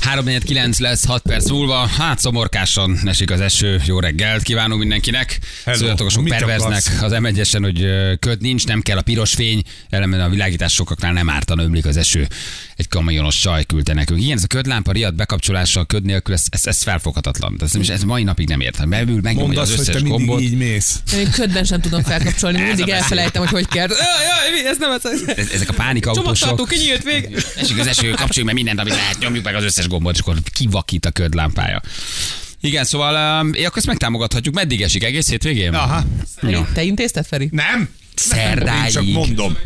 3:49 lesz, 6 perc múlva. Hát szomorkásan esik az eső. Jó reggelt kívánunk mindenkinek. Szóljatok a sok perverznek az M1-esen, hogy köd nincs, nem kell a piros fény, ellenben a világítás sokaknál nem ártana, ömlik az eső. Egy kamionos csaj küldte nekünk. Igen, ez a ködlámpa riadt bekapcsolással, köd nélkül, ez felfoghatatlan. Ez mai napig nem értem. Beül, megnyomja az összes gombot. Így mész. Én ködben sem tudom felkapcsolni, mindig elfelejtem, hogy kell. Ez nem az. Ezek a pánikautósok. Csomagtartó kinyílt vég. Esik az eső, kapcsoljuk meg mindent, amit lehet, nyomjuk meg az összes gombot, és akkor kivakít a ködlámpája. Igen, szóval akkor ezt megtámogathatjuk. Meddig esik? Egész hétvégén? Aha. Jó. Te intézted, Feri? Nem. Szerdáig. Én csak mondom.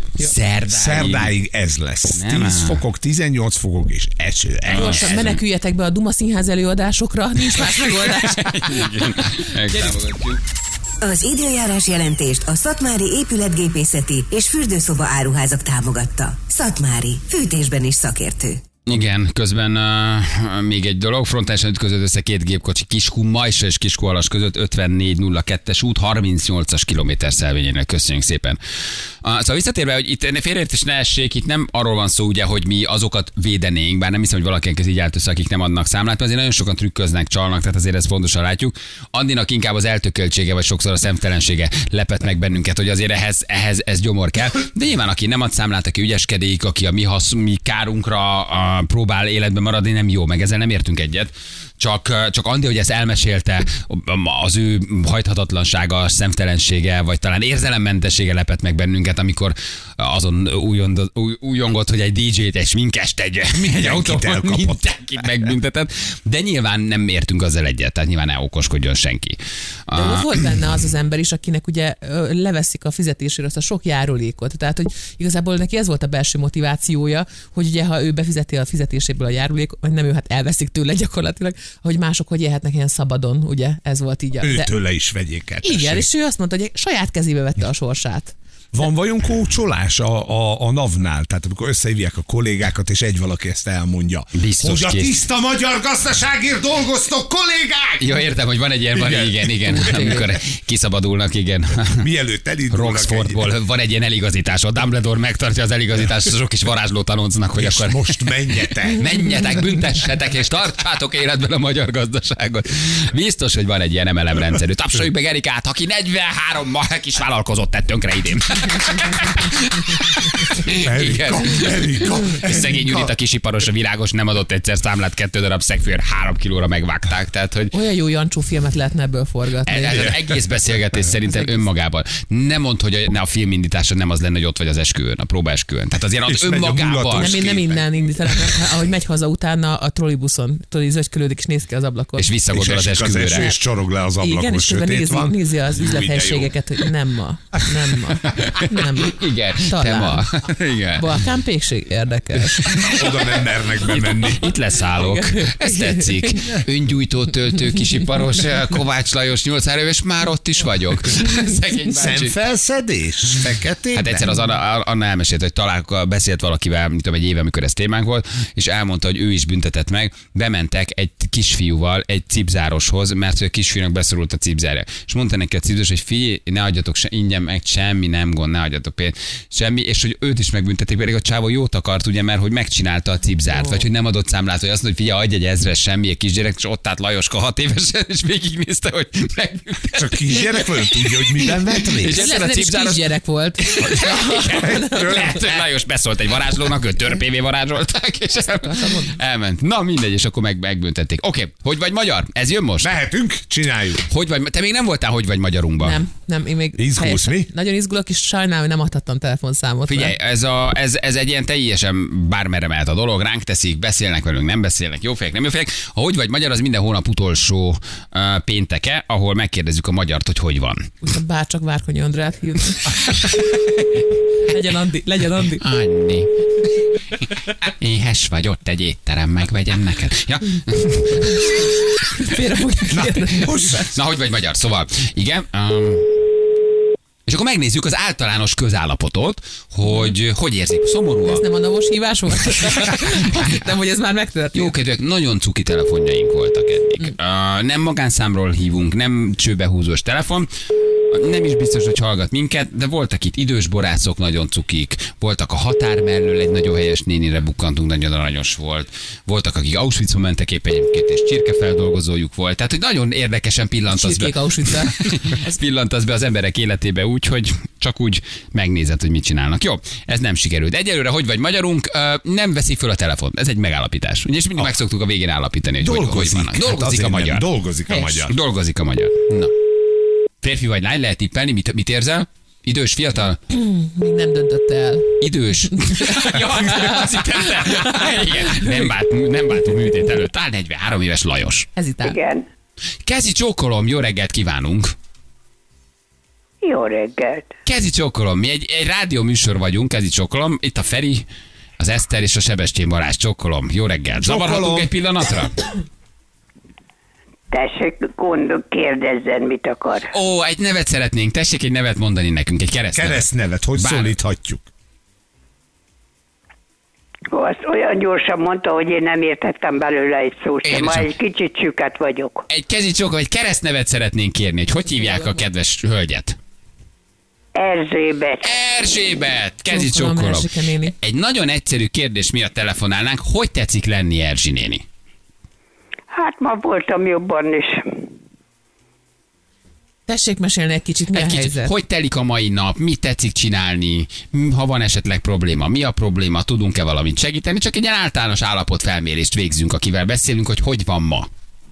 Szerdáig ez lesz. Nem 10 fokok, 18 fokok és eső. Gyorsan meneküljetek be a Duma Színház előadásokra, nincs más megoldás. Igen, megtámogatjuk. Az időjárás jelentést a Szatmári épületgépészeti és fürdőszoba áruházak támogatta. Szatmári, fűtésben is szakértő. Igen, közben még egy dolog, frontálisan ütközött össze két gépkocsi Kiskun Majsa és Kiskunhalas között 5402-es út 38-as kilométerszelvényének. Köszönjük szépen. Szóval visszatérve, hogy itt félreértés ne essék, itt nem arról van szó, ugye, hogy mi azokat védenénk, bár nem hiszem, hogy valakinek ez így állt össze, akik nem adnak számlát, mert azért nagyon sokan trükköznek, csalnak, tehát azért ezt fontosan látjuk. Andinak inkább az eltököltsége, vagy sokszor a szemtelensége lepett meg bennünket, hogy azért ehhez ez gyomor kell. De nyilván, aki nem ad számlát, aki ügyeskedik, aki a mi kárunkra próbál életben maradni, nem jó, meg ezzel nem értünk egyet. Csak Andi, hogy ezt elmesélte, az ő hajthatatlansága, szemtelensége, vagy talán érzelemmentessége lepett meg bennünket, amikor azon újongott, hogy egy DJ-t, egy sminkest, egy autóban mindenkit megbüntetett, de nyilván nem értünk azzal egyet, tehát nyilván ne okoskodjon senki. De ott volt benne az ember is, akinek ugye leveszik a fizetésére azt a sok járulékot, tehát hogy igazából neki ez volt a belső motivációja, hogy ugye ha ő befizeti a fizetéséből a járulékot, vagy nem ő, hát elveszik tőle gyakorlatilag, hogy mások hogy élhetnek ilyen szabadon, ugye ez volt így. Őtőle is vegyék el. Igen, és ő azt mondta, hogy saját kezébe vette a sorsát. Van vajon kócsolás a NAV-nál? Tehát amikor összehívják a kollégákat, és egy valaki ezt elmondja. Biztos, hogy a tiszta magyar gazdaságért dolgoztok, kollégák! Jó, értem, hogy van egy ilyen, igen. Amikor kiszabadulnak, igen. Mielőtt elindulnak. Roxfordból van egy ilyen eligazítás. A Dumbledore megtartja az eligazítást, sok is varázslót tanoncnak, hogy és akkor... most menjetek! Menjetek, büntessetek, és tartsátok életben a magyar gazdaságot. Biztos, hogy van egy ilyen MLM rendszerű. Tapsoljuk meg Erikát, aki 43 kis vállalkozott tett tönkre idén. Erika. Szegény Judit, a kisiparos, a virágos nem adott egyszer számlát, 2 darab szegfűért 3 kilóra megvágták. Tehát, hogy olyan jó Jancsó filmet lehetne ebből forgatni. Ez az egész beszélgetés szerintem önmagában. Nem mondd, hogy a filmindítása nem az lenne, hogy ott vagy az esküvőn, a próbaesküvőn. Tehát azért az önmagában. Nem innen indítanak, ahogy megy haza utána a trollibuszon, zögykölődik és néz ki az ablakon. És visszagondol az esküvőre. És csorog le az ablakon, igen, és sötét van. nézi az üzlethelységeket, hogy nem ma. Nem. Igen, talán. te ma. Igen. Balkán pékség érdekes. Oda nem mernek bemenni. Itt leszállok. Ez tetszik. Öngyújtó töltő kisiparos, Kovács Lajos 83 éves, már ott is vagyok. Szemfelszedés? Feketében? Hát egyszer az Anna elmesélt, hogy beszélt valakivel, mint tudom, egy éve, amikor ez témánk volt, és elmondta, hogy ő is büntetett meg. Bementek egy kisfiúval egy cipzároshoz, mert a kisfiúnak beszorult a cipzárja. És mondta neki a cipzáros, hogy figyelj, ne adjatok ingyen meg semmi, nem gond, ne adjatok pénzt, semmi, és hogy őt is megbüntették, pedig a csávó jót akart, ugye, mert hogy megcsinálta a cipzárt, vagy hogy nem adott számlát, hogy azt mondja, hogy figyelj, adj egy 1000-es semmi, egy kisgyerek, és ott állt Lajoska 6 évesen, és végignézte, hogy megbüntették. Csak kisgyerek vagy, tudja, hogy miben vett részt. És ez a kisgyerek volt. Lehet, hogy Lajos beszólt egy varázslónak, őt törpévé varázsolták, és elment. Na mindegy, és akkor megbüntették. Oké, hogy vagy magyar? Ez jön most? Mehetünk, csináljuk. Hogy vagy, te még nem voltál, hogy vagy magyarunkban? Nem, én még izgulsz, mi? Nagyon izgulok, és sajnálom, hogy nem adhattam telefonszámot. Figyelj, ez egy ilyen teljesen bármerre mehet a dolog, ránk teszik, beszélnek velünk, nem beszélnek, jó fejek, nem jó fejek. A hogy vagy magyar, az minden hónap utolsó pénteke, ahol megkérdezzük a magyart, hogy van. Úgy bárcsak Várkonyi Andrát hívni. Legyen Andi. Anni. Éhes vagy, ott egy étterem, megvegyem neked. Ja. Na, hogy vagy magyar? Szóval, igen. És akkor megnézzük az általános közállapotot, hogy érzik. Szomorúan. Ez nem a navos hívás volt? Azt hittem, hogy ez már megtörtént. Jó kedvek, nagyon cuki telefonjaink voltak eddig. Nem magánszámról hívunk, nem csőbehúzós telefon. Nem is biztos, hogy hallgat minket, de voltak itt idős borászok, nagyon cukik, voltak a határ mellől, egy nagyon helyes nénire bukkantunk, nagyon aranyos volt. Voltak, akik Auschwitzba mentek épp egyébként, és csirkefeldolgozójuk volt. Tehát, hogy nagyon érdekesen pillantasz be az emberek életébe úgy, hogy csak úgy megnézed, hogy mit csinálnak. Jó, ez nem sikerült. Egyelőre hogy vagy magyarunk, nem veszi föl a telefon. Ez egy megállapítás. Ugye, és mindig meg szoktuk a végén állapítani, hogy vannak. Dolgozik a magyar. Dolgozik a magyar. Na. Férfi vagy lány, lehet tippelni, mit érzel? Idős, fiatal? Még nem döntött el. Idős. Igen. Nem váltunk műtét előtt. Talán 43 éves Lajos. Hezitál. Igen. Kezi csókolom, jó reggelt kívánunk. Jó reggelt. Kezi csókolom, mi egy rádió műsor vagyunk, kezi csókolom. Itt a Feri, az Eszter és a Sebestyén Balázs, csókolom. Jó reggelt. Zavarhatunk egy pillanatra? Tessék, kérdezzen, mit akar. Ó, egy nevet szeretnénk. Tessék egy nevet mondani nekünk, egy keresztnevet. Keresztnevet, hogy szólíthatjuk? Azt olyan gyorsan mondta, hogy én nem értettem belőle egy szót sem. Ma egy kicsit csüket vagyok. Egy kezi csókolom, egy keresztnevet szeretnénk kérni, hogy hívják a kedves hölgyet? Erzsébet. Erzsébet, kezi csókolom. Egy nagyon egyszerű kérdés miatt telefonálnánk, hogy tetszik lenni Erzsi néni? Hát ma voltam jobban is. Tessék mesélni egy kicsit, mi a helyzet? Hogy telik a mai nap, mit tetszik csinálni, ha van esetleg probléma, mi a probléma, tudunk-e valamit segíteni, csak egy ilyen általános állapotfelmérést végzünk, akivel beszélünk, hogy van ma.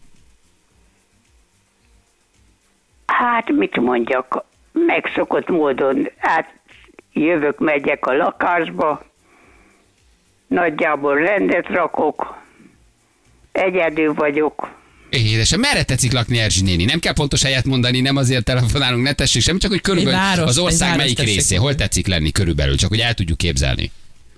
Hát mit mondjak, megszokott módon jövök, megyek a lakásba, nagyjából rendet rakok, egyedül vagyok. Édesem, merre tetszik lakni Erzsi néni? Nem kell pontos helyet mondani, nem azért telefonálunk, ne tessék semmi, csak hogy körülbelül az ország melyik részé, hol tetszik lenni körülbelül, csak hogy el tudjuk képzelni.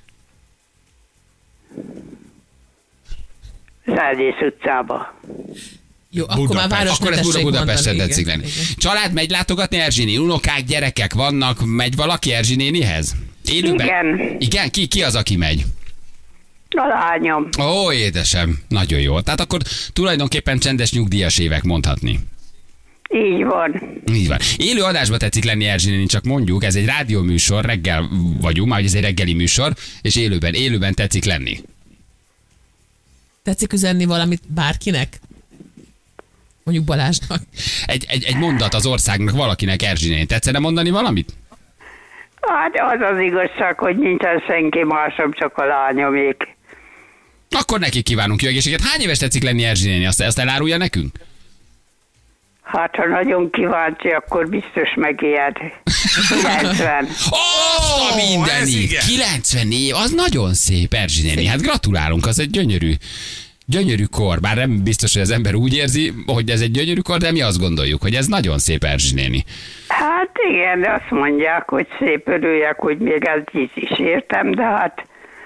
Zárdész utcába. Jó, akkor már város akkor ez Budapesten tetszik lenni. Igen. Család megy látogatni Erzsi néni? Unokák, gyerekek vannak, megy valaki Erzsi nénihez? Élőben? Igen. Igen? Ki az, aki megy? A lányom. Ó, édesem, nagyon jó. Tehát akkor tulajdonképpen csendes nyugdíjas évek mondhatni. Így van. Így van. Élő adásba tetszik lenni Erzsi néni, csak mondjuk, ez egy rádióműsor, reggel vagyunk, már ez egy reggeli műsor, és élőben tetszik lenni. Tetszik üzenni valamit bárkinek? Mondjuk Balázsnak. Egy mondat az országnak, valakinek Erzsi néni. Tetszene mondani valamit? Hát az az igazság, hogy nincsen senki másom, csak a lányomék. Akkor neki kívánunk jó egészséget. Hány éves tetszik lenni Erzsi néni? Azt elárulja nekünk? Hát, ha nagyon kíváncsi, akkor biztos megijed. 90. Azt a mindenit! 90 év, az nagyon szép, Erzsi néni. Hát gratulálunk, az egy gyönyörű kor. Bár nem biztos, hogy az ember úgy érzi, hogy ez egy gyönyörű kor, de mi azt gondoljuk, hogy ez nagyon szép, Erzsi néni. Hát igen, de azt mondják, hogy szép, örüljek, hogy még ezt is értem, de hát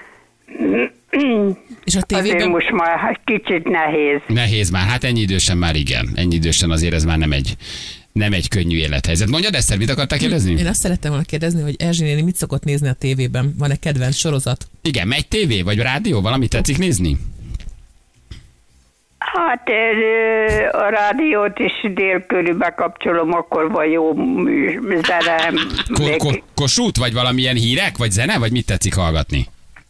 és a tévében... azért most már kicsit nehéz. Nehéz már, hát ennyi idősen már igen. Ennyi idősen azért ez már nem egy könnyű élethelyzet. Mondjad, Eszter, mit akartál kérdezni? Én azt szerettem volna kérdezni, hogy Erzsi néni mit szokott nézni a tévében? Van-e kedvenc sorozat? Igen, megy tévé vagy rádió? Valamit tetszik nézni? Hát a rádiót is délkörül bekapcsolom, akkor van jó zene. Kossuth, vagy valamilyen hírek, vagy zene, vagy mit tetszik hallgatni?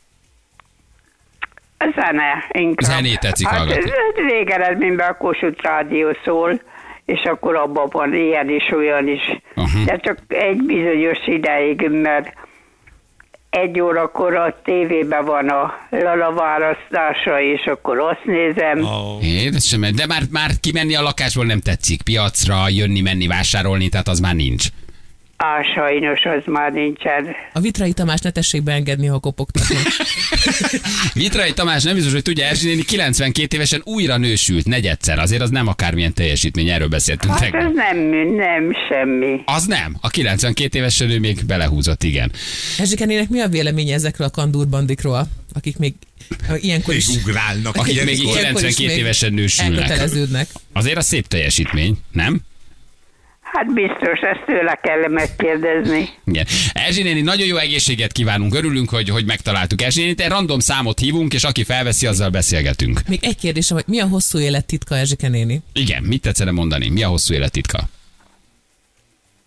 Zene, inkább. Zenét tetszik hallgatni. Végeredményben a Kossuth rádió szól, és akkor abban van ilyen is, olyan is. De csak egy bizonyos ideig, mert 1 órakor a tévében van a Lala választása, és akkor azt nézem. Édesem, de már kimenni a lakásból nem tetszik. Piacra jönni-menni, vásárolni, tehát az már nincs. Sajnos az már nincsen. A Vitrai Tamás ne tessék beengedni, ha kopogtatnak. Vitrai Tamás nem biztos, hogy tudja, Erzsi néni 92 évesen újra nősült, negyedszer. Azért az nem akármilyen teljesítmény, erről beszéltünk. Hát ez nem semmi. Az nem. A 92 évesen ő még belehúzott, igen. Erzsikenének mi a véleménye ezekről a kandúrbandikról, akik még ilyenkor is ugrálnak, akik még 92 évesen nősülnek. Elköteleződnek. Azért a szép teljesítmény, nem? Hát biztos, ezt tőle kell megkérdezni. Igen. Erzsi néni, nagyon jó egészséget kívánunk, örülünk, hogy megtaláltuk Erzsi nénit. Egy random számot hívunk, és aki felveszi, azzal beszélgetünk. Még egy kérdésem, hogy mi a hosszú élet titka, Erzsike néni? Igen, mit tetszene mondani? Mi a hosszú élet titka?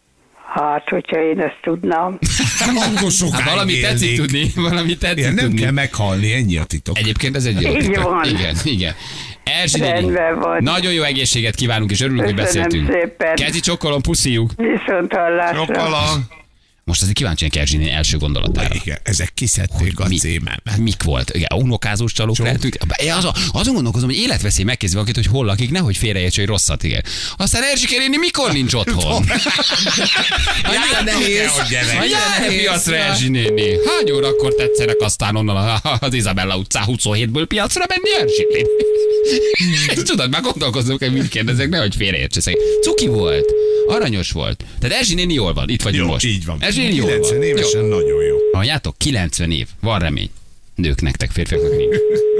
Hát, hogyha én ezt tudnám. Akkor sokáig Valami tetszik tudni, valami tetszik nem tudni. kell meghalni, ennyi a titok. Egyébként ez egy jó Így titok. van. Igen. Erzsi néni, Rendben van. nagyon jó egészséget kívánunk, és örülünk, hogy Köszönöm beszéltünk. szépen. Kezi csokkolom, puszíjuk. Viszont hallásra. Roppala. Most azért kíváncsiak Erzsi néni első gondolatára. Igen, ezek kiszedték a címemet. Mik volt? Igen, unokázós csalók lehetünk. Azon gondolkozom, hogy életveszély megkérdezi valakit, hogy hol lakik, nehogy félreértse, hogy rosszat, igen. Aztán Erzsike néni mikor nincs otthon? Annyira nehéz. Járj piacra, Erzsi néni. Hány órakor tetszenek aztán onnan az Izabella utcán 27-ből piacra menni, Erzsi néni? És tudod, már gondolkozunk, hogy mit kérdezek, nehogy félreértse. Cuki volt, aranyos volt. Tehát Erzsi néni jól van, itt vagyunk Jó, most. így van. Erzsi néni jól 90 van. évesen Jó. nagyon jó. Halljátok, 90 év, van remény. Nők nektek, férfiaknak nincs.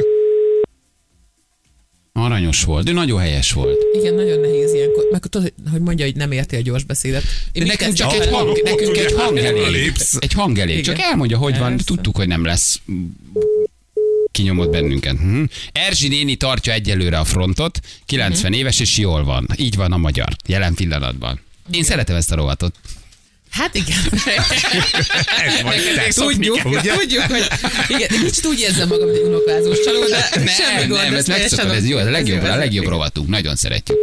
Aranyos volt, de nagyon helyes volt. Igen, nagyon nehéz ilyenkor. Meg tudod, hogy mondja, hogy nem érti a gyors beszédet. De nekünk csak egy hang elég. Lépsz. Egy hang elég. Csak Igen. elmondja, hogy van. Persze. Tudtuk, hogy nem lesz kinyomott bennünket. Erzsi néni tartja egyelőre a frontot, 90 éves, és jól van. Így van a magyar, jelen pillanatban. Én szeretem ezt a rovatot. Hát igen. Ez vagy te. Tudjuk, hogy igen, kicsit úgy érzem magam, hogy egy unokázós csaló, de semmi gond. ez megszokod, ez jó, ez a legjobb rovatunk, nagyon szeretjük.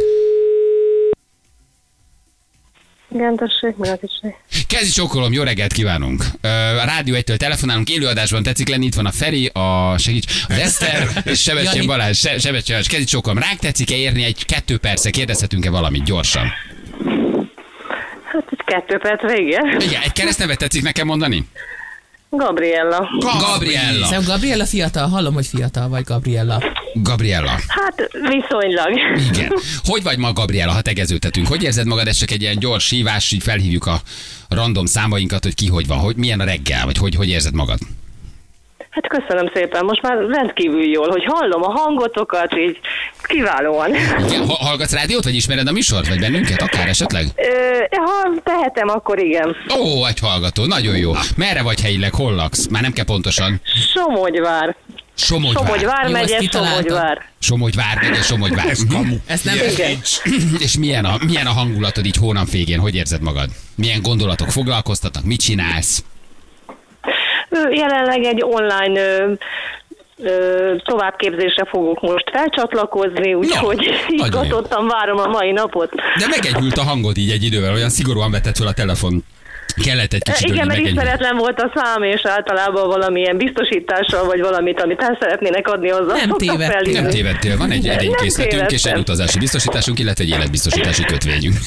Igen, tessék, mi a Kezi csókolom, jó reggelt kívánunk. A Rádió 1-től telefonálunk, élőadásban tetszik lenni, itt van a Feri, az Eszter és Sebestyén Jani. Balázs. Sebestyén Balázs, Kezi csókolom, ránk tetszik-e érni egy 2 percre, kérdezhetünk-e valamit gyorsan? Hát egy 2 perc vége. Igen, egy keresztnevet tetszik nekem mondani? Gabriella. Gabriella. Szerintem Gabriella fiatal, hallom, hogy fiatal vagy Gabriella. Gabriella. Hát viszonylag. Igen. Hogy vagy ma, Gabriella, ha tegeződtetünk? Hogy érzed magad? Ez csak egy ilyen gyors hívás, így felhívjuk a random számainkat, hogy ki hogy van, hogy milyen a reggel, vagy hogy érzed magad? Hát köszönöm szépen, most már rendkívül jól, hogy hallom a hangotokat, így kiválóan. Igen, hallgatsz rádiót, vagy ismered a műsort, vagy bennünket, akár esetleg? Ha tehetem, akkor igen. Ó, egy hallgató, nagyon jó. Merre vagy helyileg, hol laksz? Már nem kell pontosan. Somogyvár. Somogyvár Jó, megye, ezt kitaláltad. Somogyvár. Somogyvár, megye Somogyvár. Ez kamu. Ezt nem Igen. És milyen a hangulatod így hónap végén? Hogy érzed magad? Milyen gondolatok foglalkoztatnak? Mit csinálsz? Jelenleg egy online továbbképzésre fogok most felcsatlakozni, úgyhogy izgatottan várom a mai napot. De megegyült a hangod így egy idővel, olyan szigorúan vetted fel a telefon. Kellett egy kicsit, Igen, hogy mert megegyült. ismeretlen volt a szám, és általában valamilyen biztosítással, vagy valamit, amit el szeretnének adni hozzá. Nem szoktak tévedtél. felhívni. Nem tévedtél, van egy Nem edénykészletünk és egy tévedtem. utazási biztosításunk, illetve egy életbiztosítási kötvényünk.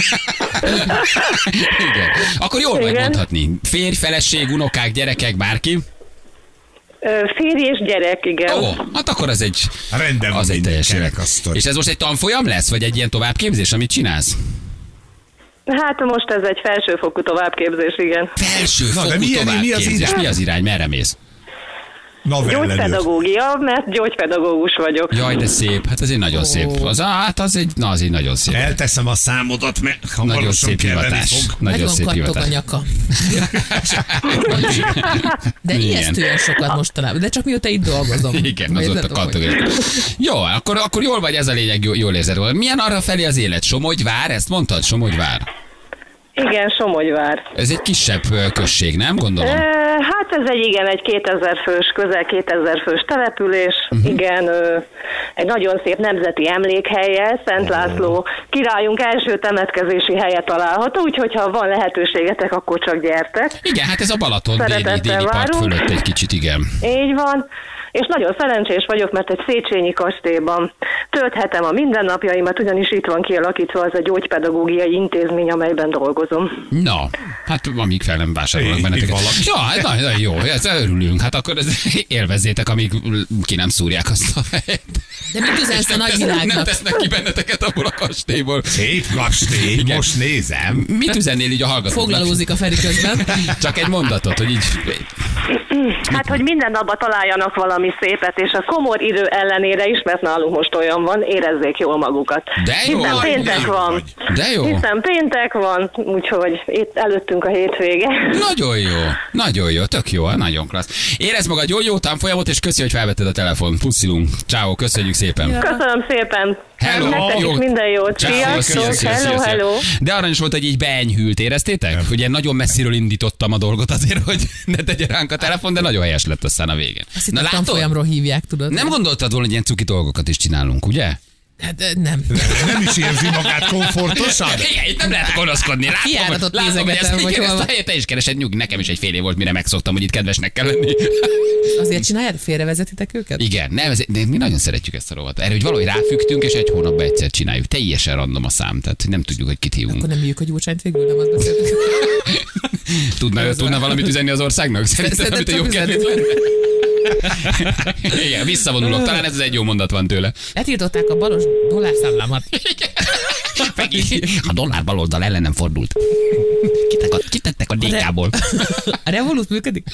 Igen. Akkor jól vagy Igen. mondhatni. Férj, feleség, unokák, gyerekek, bárki? Férj és gyerek, igen. Ó, hát akkor az egy, Rendben van az egy minden teljesen. kerekasztal. És ez most egy tanfolyam lesz, vagy egy ilyen továbbképzés, amit csinálsz? Hát most ez egy felsőfokú továbbképzés, igen. Felsőfokú Na, de mi az továbbképzés. irány? Mi az irány? Merre mész? Gyógypedagógia, mert gyógypedagógus vagyok. Jaj, de szép. Hát ez egy nagyon szép. Az egy nagyon szép. Elteszem a számodat, mert Nagyon hamarosan szép kelleni hivatás. fog. Nagyon Nagyon szép kattog a hivatás. nyaka. De Igen. ijesztően sokat mostanában. De csak mióta itt dolgozom. Igen, az ott a Érted, hogy- kattogás. Jó, akkor jól vagy, ez a lényeg, jól érzed róla. Milyen arra felé az élet? Somogyvár, ezt mondtad? Somogyvár. Igen, Somogyvár. Ez egy kisebb község, nem? Gondolom. Hát ez egy 2000 fős, közel 2000 fős település. Igen, egy nagyon szép nemzeti emlékhelye, Szent László királyunk első temetkezési helye található, úgyhogy ha van lehetőségetek, akkor csak gyertek. Igen, hát ez a Balaton déli Szeretettel part várunk. fölött egy kicsit, igen. Így van. És nagyon szerencsés vagyok, mert egy Széchenyi kastélyban tölthetem a mindennapjaimat, ugyanis itt van kialakítva az a gyógypedagógiai intézmény, amelyben dolgozom. Na, hát amíg fel nem vásárolnak benneteket. valaki. Ja, hát nagyon jó, ez örülünk. Hát akkor élvezzétek, amíg ki nem szúrják azt a helyet. De mit üzensz a Nem nagyvilágnak? tesznek ki benneteket abból a kastélyból. Szép kastély, Igen. most nézem. Mit üzennél így a hallgatóknak? Foglalózik a Feri közben. Csak egy mondatot, hogy így... Hát, hogy minden napban találjanak valami szépet, és a komor idő ellenére is, mert nálunk most olyan van, érezzék jól magukat. De jó, Hiszen péntek jó van. vagy. De jó. Hiszen péntek van, úgyhogy itt előttünk a hétvége. Nagyon jó, tök jó, nagyon klassz. Érezd magad, jó tanfolyamot, és köszi, hogy felvetted a telefon. Puszilunk. Ciao, köszönjük szépen. Köszönöm szépen! Hello. Nektek is minden jót. Ciao, Sziasztok. Hello. De aranyos volt, hogy így beenyhült, éreztétek? Ugye nagyon messziről indítottam a dolgot azért, hogy ne tegye ránk a telefon, de nagyon helyes lett aztán a végén. Azt itt a tanfolyamról hívják, tudod? Nem gondoltad volna, hogy ilyen cuki dolgokat is csinálunk, ugye? Hát, nem. Nem is érzi magát komfortosan? Igen, itt nem lehet gonoszkodni. Kiáratott Látom, hogy nézegetem, hogy hol ezt a van. helyet te is keresed, nyugi, nekem is egy fél év volt, mire megszoktam, hogy itt kedvesnek kell lenni. Azért csináljátok, félrevezetitek őket? Igen, nem, de mi nagyon szeretjük ezt a rovat. Erre, hogy valahogy ráfügtünk, és egy hónapban egyszer csináljuk. Teljesen random a szám, tehát nem tudjuk, hogy kit hívunk. Akkor nem hívjuk a Gyurcsányt végül, nem azt beszéltük. Tudna valamit üzenni az országnak? Szerintem amit a jó kedvét lenne. Igen, visszavonulok. Talán ez egy jó mondat van tőle. Letiltották a balos dollárszámlámat. A dollár baloldal ellenem fordult. Kitettek a DK-ból. A Revolut működik?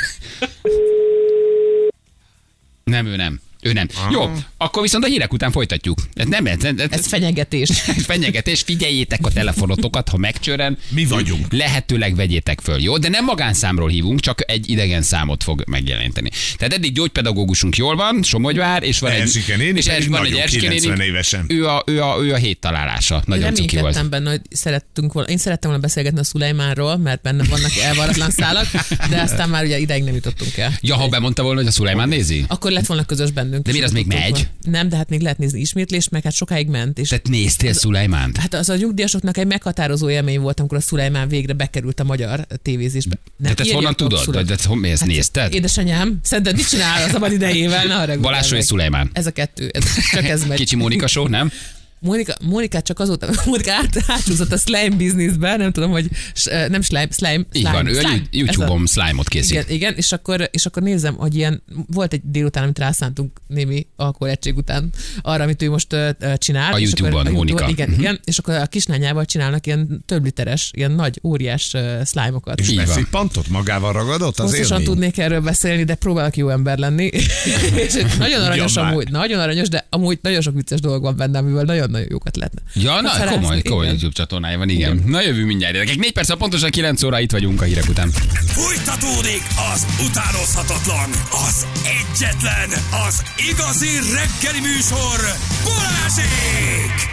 Nem, ő nem. Ő nem. Jó, akkor viszont a hírek után folytatjuk. Ez fenyegetés. Fenyegetés, figyeljétek a telefonotokat, ha megcsörren. Mi vagyunk. Lehetőleg vegyétek föl, jó? De nem magánszámról hívunk, csak egy idegen számot fog megjeleníteni. Tehát eddig gyógypedagógusunk jól van, Somogyvár, és van Erzsike néni, és pedig van nagyon, egy Erzsike 90 néni. évesen. Ő a hét találása. Nagyon cuki volt. Reménykedtem benne, hogy én szerettem volna beszélgetni a Szulejmánról, mert benne vannak elvaratlan szálak, de aztán már ugye ideig nem jutottunk el. Ja, ha bemondta volna, hogy a Szulejmán nézi? Akkor lett volna közös bennünk. De miért az még megy? Nem, de hát még lehet nézni ismétlést, meg hát sokáig ment. És Tehát néztél Szulejmánt? hát az a nyugdíjasoknak egy meghatározó élmény volt, amikor a Szulejmán végre bekerült a magyar tévézésbe. Tehát ezt honnan tudod? De ezt nézted? Édesanyám, szerinted mit csinál a szabad idejével? Na, arra Balázs és Szulejmán. Ez a kettő, csak ez megy. Kicsi Mónika show, nem? Mónikát csak azóta, Mónika átsúzott a slime businessbe, nem tudom, hogy nem slime. Így van, ő a YouTube-on slime-ot készít. Igen, és akkor nézem, hogy ilyen, volt egy délután, amit rászántunk némi alkoholegység után arra, amit ő most csinál. A YouTube-on, Mónika. Igen, és akkor a kislányával csinálnak ilyen több literes, ilyen nagy, óriás slime-okat. És Így van. beszippantott, magával ragadott az Hosszasan élmény? tudnék erről beszélni, de próbálok jó ember lenni. És nagyon aranyos Ugyan már. amúgy, nagyon aranyos, de amúgy nagyon sok vicces dolog van benne, amivel nagyon jókat lehetne. Ja, na, Hazarázni, komoly igen. YouTube csatornája van, igen. Na jövő mindjárt. Gyerekek, 4 perc, pontosan 9 óra itt vagyunk a hírek után. Fújtatódik az utánozhatatlan, az egyetlen, az igazi reggeli műsor, Balázsék!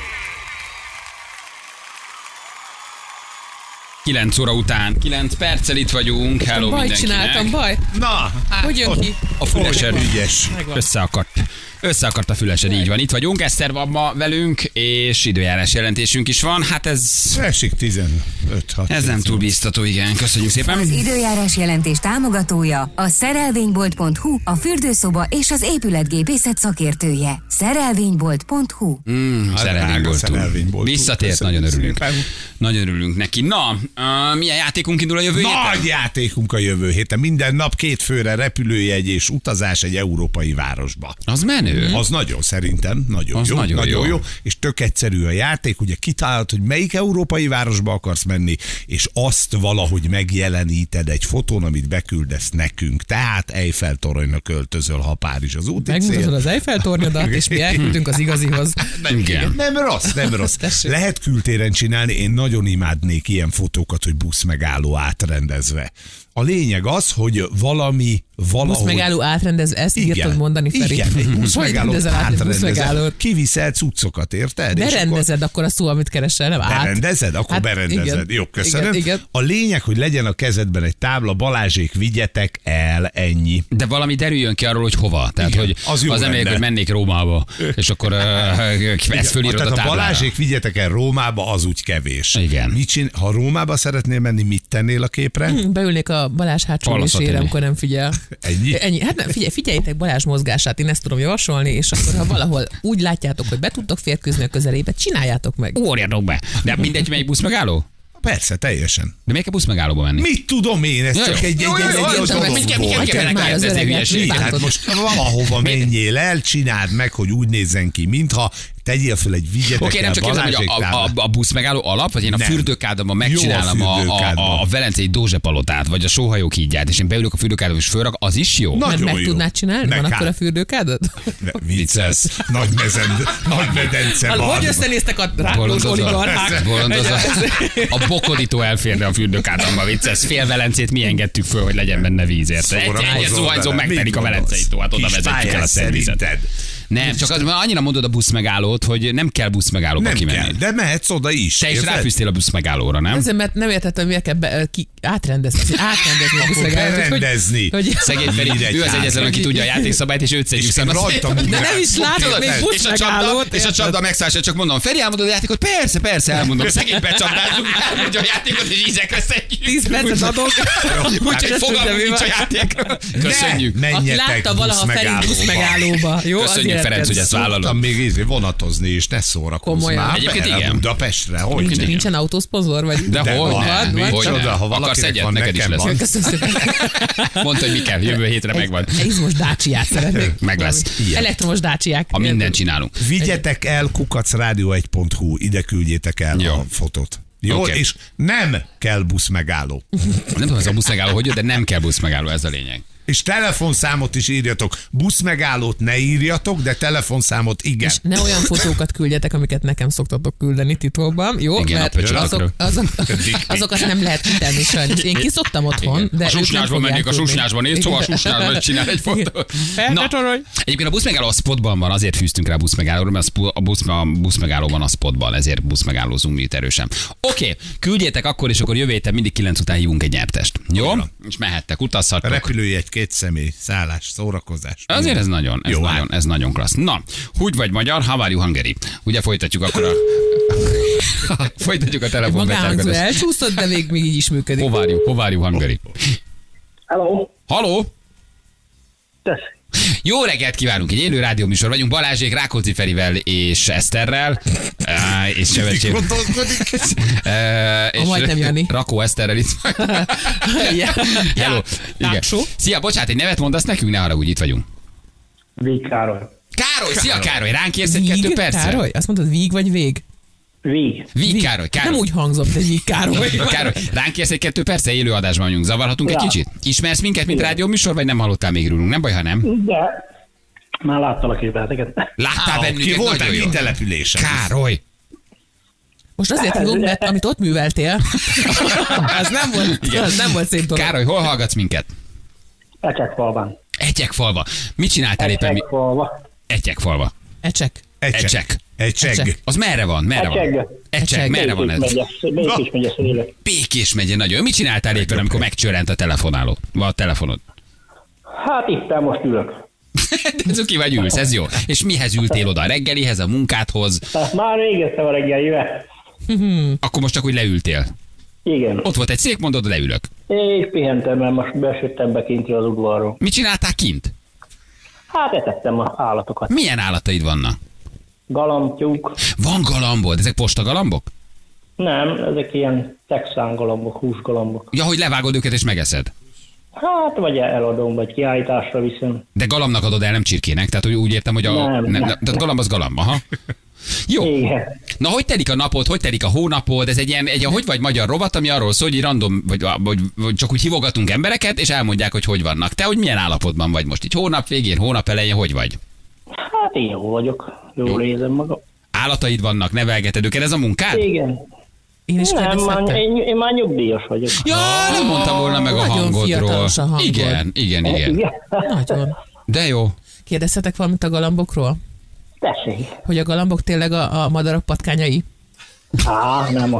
9 óra után, 9 perccel itt vagyunk. Hello Baj mindenkinek. csináltam, baj. Na, Hogy jön ki? A fülesed ügyes. összeakadt a fülesed, így van. Itt vagyunk, Eszter van ma velünk, és időjárás jelentésünk is van. Hát ez Esik 15-6. ez nem túl biztató, igen. Köszönjük szépen. Az időjárás jelentés támogatója a szerelvénybolt.hu, a fürdőszoba és az épületgépészet szakértője. Szerelvénybolt.hu. Szerelvénybolt. Visszatért, Köszönjük nagyon örülünk. szépen. Nagyon örülünk neki. Na, milyen játékunk indul a jövő héten? Nagy játékunk a jövő héten. Minden nap 2 főre repülőjegy és utazás egy európai városba. Az menő. Az nagyon szerintem, nagyon Az jó. nagyon jó. És tök egyszerű a játék, ugye kitálod, hogy melyik európai városba akarsz menni, és azt valahogy megjeleníted egy fotón, amit beküldesz nekünk. Tehát Eiffel toronynak költözöl, ha Párizs az úti Megmutatod cél. az Eiffel tornyodat, és mi elküldünk az igazihoz. Igen. Nem rossz, nem rossz. Tessék. Lehet kültéren csinálni, én nagyon imádnék ilyen fotókat, hogy buszmegálló átrendezve. A lényeg az, hogy valahogy... Busz megálló átrendez, ezt írtad mondani, Feri. Igen, egy Hogy buszmegálló rendezel át egy buszmegállót? átrendezed. Kiviszel cuccokat, érted? És Berendezed akkor a szó, amit keresel, nem át. Berendezed? Akkor Hát, berendezed. igen. Jó, köszönöm. Igen. A lényeg, hogy legyen a kezedben egy tábla, Balázsék, vigyetek el, ennyi. De valami derüljön ki arról, hogy hova. Tehát, Igen, hogy az jó az emlék, lenne. hogy mennék Rómába, és akkor ezt fölírod a Tehát a táblára. Balázsék, vigyetek el Rómába, az úgy kevés. Igen. Ha Rómába szeretnél menni, mit tennél a képre? Beülnék a Balázs hátsó Falaszat ülésére, enni. amikor nem figyel. Ennyi? Hát nem, figyeljétek Balázs mozgását, én ezt tudom javasolni, és akkor ha valahol úgy látjátok, hogy be tudtok férkőzni a közelébe, csináljátok meg. Ugorjatok be. De mindegy, melyik busz megálló? Persze, teljesen. De miért kell busz megállóba menni? Mit tudom én, ez Ja, csak jó. egy Jó, dolog mit volt. kell Hagyjad már az ez egy öreget, hülyeség. mit Hát bántod? most valahova menjél el, csináld meg, hogy úgy nézzen ki, mintha tegyél fel egy vigyetek Oké, nem el csak kérdezem, hogy Balázsék táblát. a busz megálló alap, vagy én a Nem. fürdőkádamban Jó a megcsinálom fürdőkádban. a Velencei Dózsepalotát, vagy a Sóhajók hídját, és én beülök a fürdőkádba, és fölrak, az is jó? Na, Mert Nagyon meg jó. tudnád csinálni? Meg Van akkor a hát. fürdőkádod? Vicces. Nagy medence van. Hogy összenéztek a ráklós oligarchák? Bolondozol. A bokodító elférne a fürdőkádamba, vicces. Fél Velencét mi engedtük föl, hogy legyen benne víz, érted? Egy zuhanyzó megtelik a Velencei tó, hát oda Kis vezetjük el a pályás szervizet. szerinted. Nem, csak az, annyira mondod a buszmegállót, hogy nem kell buszmegállóba Nem kimenni. kell, de mehetsz oda is. Te is érted? ráfűztél a buszmegállóra, nem? Ezért, mert nem értettem, miért kell átrendezni a buszmegállót. Berendezni. Szegény Feri, ő az egyetlen, aki tudja a játékszabályt, és őt szedjük És szembe. rajtam De nem is látok még buszmegállót. És a csapda megszállás, csak mondom, Feri, elmondod a játékot? Persze, elmondom. Szegény becsapdázunk, elmondja a játékot, és ízekre szedjük. 10 percet adok. Úgyhogy fogalmunk nincs a játékra. Köszönjük. Aki Menjetek látta valaha Feri buszmegállóba. Jó, Köszönjük, Ferenc, hogy ezt vállalod. Szoktam még vonatozni, és ne szórakozz Komolyan. már. Egyébként Be, igen. Budapestre, hogy Igen. Nincsen autószponzor, vagy? De hogy van, nem, van, hogy micsoda, nem. ha Akarsz valakinek egyet, van, neked is nekem lesz. van. Köszönöm szépen. Mondta, hogy mi kell, jövő hétre megvan. Egy izmos dácsiát szeretnék. Meg lesz. Ilyen. Elektromos dácsiák. Ha mindent csinálunk. Vigyetek el kukacradio1.hu, ide küldjétek el Jó. a fotót. Jó, Oké. és nem kell buszmegálló. Nem tudom, ez a buszmegálló hogy jött, de nem kell buszmegálló, ez a lényeg. És telefonszámot is írjatok. Buszmegállót ne írjatok, de telefonszámot igen. És ne olyan fotókat küldjetek, amiket nekem szoktatok küldeni titokban, jó? Igen, mert a pöcsödökről. azokat nem lehet kitenni sajnos. Én kiszoktam otthon, de A ők nem susnyásban fogják menjünk, a tudni. susnyásban nézd, szóval a Igen. susnyásban csinál egy fotót. Ne torolj. Egyébként a buszmegálló a spotban van, azért fűztünk rá a buszmegállóra, mert a buszmegállóban a spotban, ezért buszmegállózunk mi itt erősen. Oké, küldjétek akkor, és akkor jövő héten mindig 9 után hívunk egy nyertest. Jó? És mehettek, utazhattok. Repülőjegy, 2 személy, szállás, szórakozás. Azért ez Jó, ez nagyon klassz. Na, hogy vagy magyar, how are you Hungary? Ugye folytatjuk akkor folytatjuk a Egy telefon magánhangzó elcsúszott, de még így is működik. How are you Hungary? Hello. Halló? Tessék. Jó reggelt kívánunk, egy élő rádióműsor vagyunk, Balázsék, Rákóczi Ferivel és Eszterrel, és Sebecsén. A majdnem Jani. Rakó Eszterrel itt. Hello. Igen. Szia, bocsánat, egy nevet mondasz nekünk? Ne haragudj, itt vagyunk. Víg Károly. Károly, szia Károly, ránk érsz egy 2 Víg, percre? Károly? Azt mondod víg vagy vég? Víg. Víg Károly, Nem úgy hangzott, de víg Károly. Károly, ránk érsz egy 2 percre, élő adásban vagyunk. Zavarhatunk egy Ja. kicsit? Ismersz minket, mint rádióműsor, vagy nem hallottál még rólunk? Nem baj, ha nem. De már láttalak képleteket. Láttál Ki bennünket, voltál nagyon jó. mi településen? Károly. Most azért hívunk, mert amit ott műveltél, az nem volt szép dolog. Károly, hol hallgatsz minket? Ecsekfalban. Egyekfalva. Mit csináltál éppen? Ecsekfalva. Egyekfalva. Ecsek. Ecsek. Ecseg. Az merre van? Merre van? Ecseg. Ecseg. Merre van ez? Békés megye szélek. Békés megye, nagyon. Mit csináltál éppen, amikor megcsörrent a telefonáló? Vagy a telefonod? Hát itt most ülök. De Cuki vagy ülsz, ez jó. És mihez ültél oda? A reggelihez, a munkádhoz? Tehát már végeztem a reggelivel. Akkor most csak úgy leültél. Igen. Ott volt egy szék, mondod, leülök. És pihentem, mert most besöttem be kintről az udvarról. Mit csináltál kint? Hát etettem az állatokat. Milyen állataid vannak? Galamb, tyúk. Van galambod, ezek postagalambok? Nem, ezek ilyen texán galambok, húsgalambok. Ja, hogy levágod őket és megeszed. Hát, vagy eladom, vagy kiállításra viszem. De galambnak adod el, nem csirkének. Tehát úgy értem, hogy Nem. de galamb az galamb, aha. Jó. Igen. Na, hogy telik a napod, hogy telik a hónapod? Ez egy ilyen hogy vagy magyar rovat, ami arról szól, hogy random, vagy csak úgy hívogatunk embereket, és elmondják, hogy vannak. Te, hogy milyen állapotban vagy most? Így hónap végén, hónap elején, hogy vagy? Hát én jó vagyok. Jól érzem magam. Állataid vannak, nevelgeted őket, ez a munkád? Igen. Én is Nem, már, kérdezhettem. én már nyugdíjas vagyok. Ja, nem mondtam volna meg a Nagyon hangodról. fiatalos a hangod. Igen. Igen. Nagyon. De jó. Kérdezhetek valamit a galambokról? Tessék. Hogy a galambok tényleg a madarak patkányai? Nem.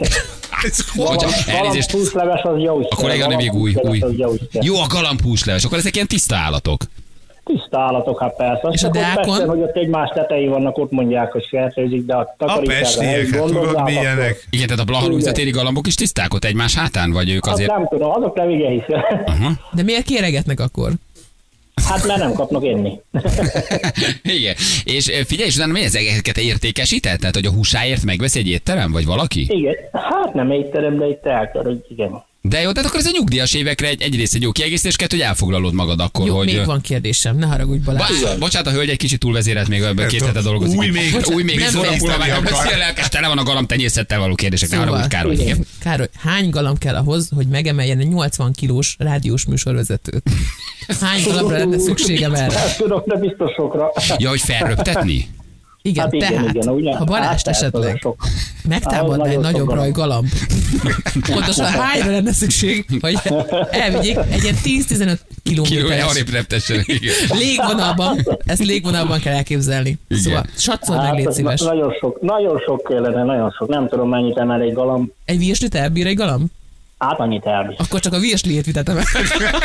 Elnézést. Húsleves az jó is. A kolléganő még új. Jó. Jó, a galambhúsleves, akkor ezek ilyen tiszta állatok. Tiszta állatok, hát persze. És a Csak ott deákon? Pesten, hogy ott egymás tetején vannak, ott mondják, hogy fertőzik, de a A takarításra pestiek, hát tudod milyenek? Igen, tehát a Blaha téri galambok is tiszták ott egymás hátán, vagy ők Azért... azért... Nem tudom, azok nem igen hiszem. De miért kéregetnek akkor? Hát mert nem kapnak enni. Igen. És figyelj, és utána mi ezeket értékesíted? Tehát, hogy a húsáért megvesz egy étterem, vagy valaki? Igen, hát nem étterem, de itt elkör, igen. De jó, tehát akkor ez a nyugdíjas évekre egyrészt egy jó kiegészítés, kettő, hogy elfoglalod magad akkor, Jó, hogy... még van kérdésem, ne haragudj Balázs. Bocsánat, a hölgy egy kicsit túlvezérelt, még ebben 2 hete dolgozik. Új még, új még, nem szóval fejeztem múlva ki már a beszél lelkes, tele van a galamb tenyészettel való kérdések, ne haragudj, Károly. Igen. Károly, hány galamb kell ahhoz, hogy megemeljen egy 80 kilós rádiós műsorvezetőt? Hány galambra lenne szükségem erre? Hát tudok, de biztos sokra. Ja, hogy felröptetni? Igen, Hát igen, tehát, igen, ugye? ha Balást Hát, esetleg sok. megtámadna egy Nagyon nagyobb sok rajgalamb, pontosan hányra lenne szükség, hogy elvigyék egy ilyen 10-15 kilométeres arrébb reptessenek, igen. légvonalban, ezt légvonalban kell elképzelni. Igen. Szóval satszol meg, légy ez szíves. nagyon sok kellene, nagyon sok. Nem tudom, mennyit emel egy galamb. Egy virslit elbír egy galamb? Hát annyit elbír. Akkor csak a virsliét vitetem el.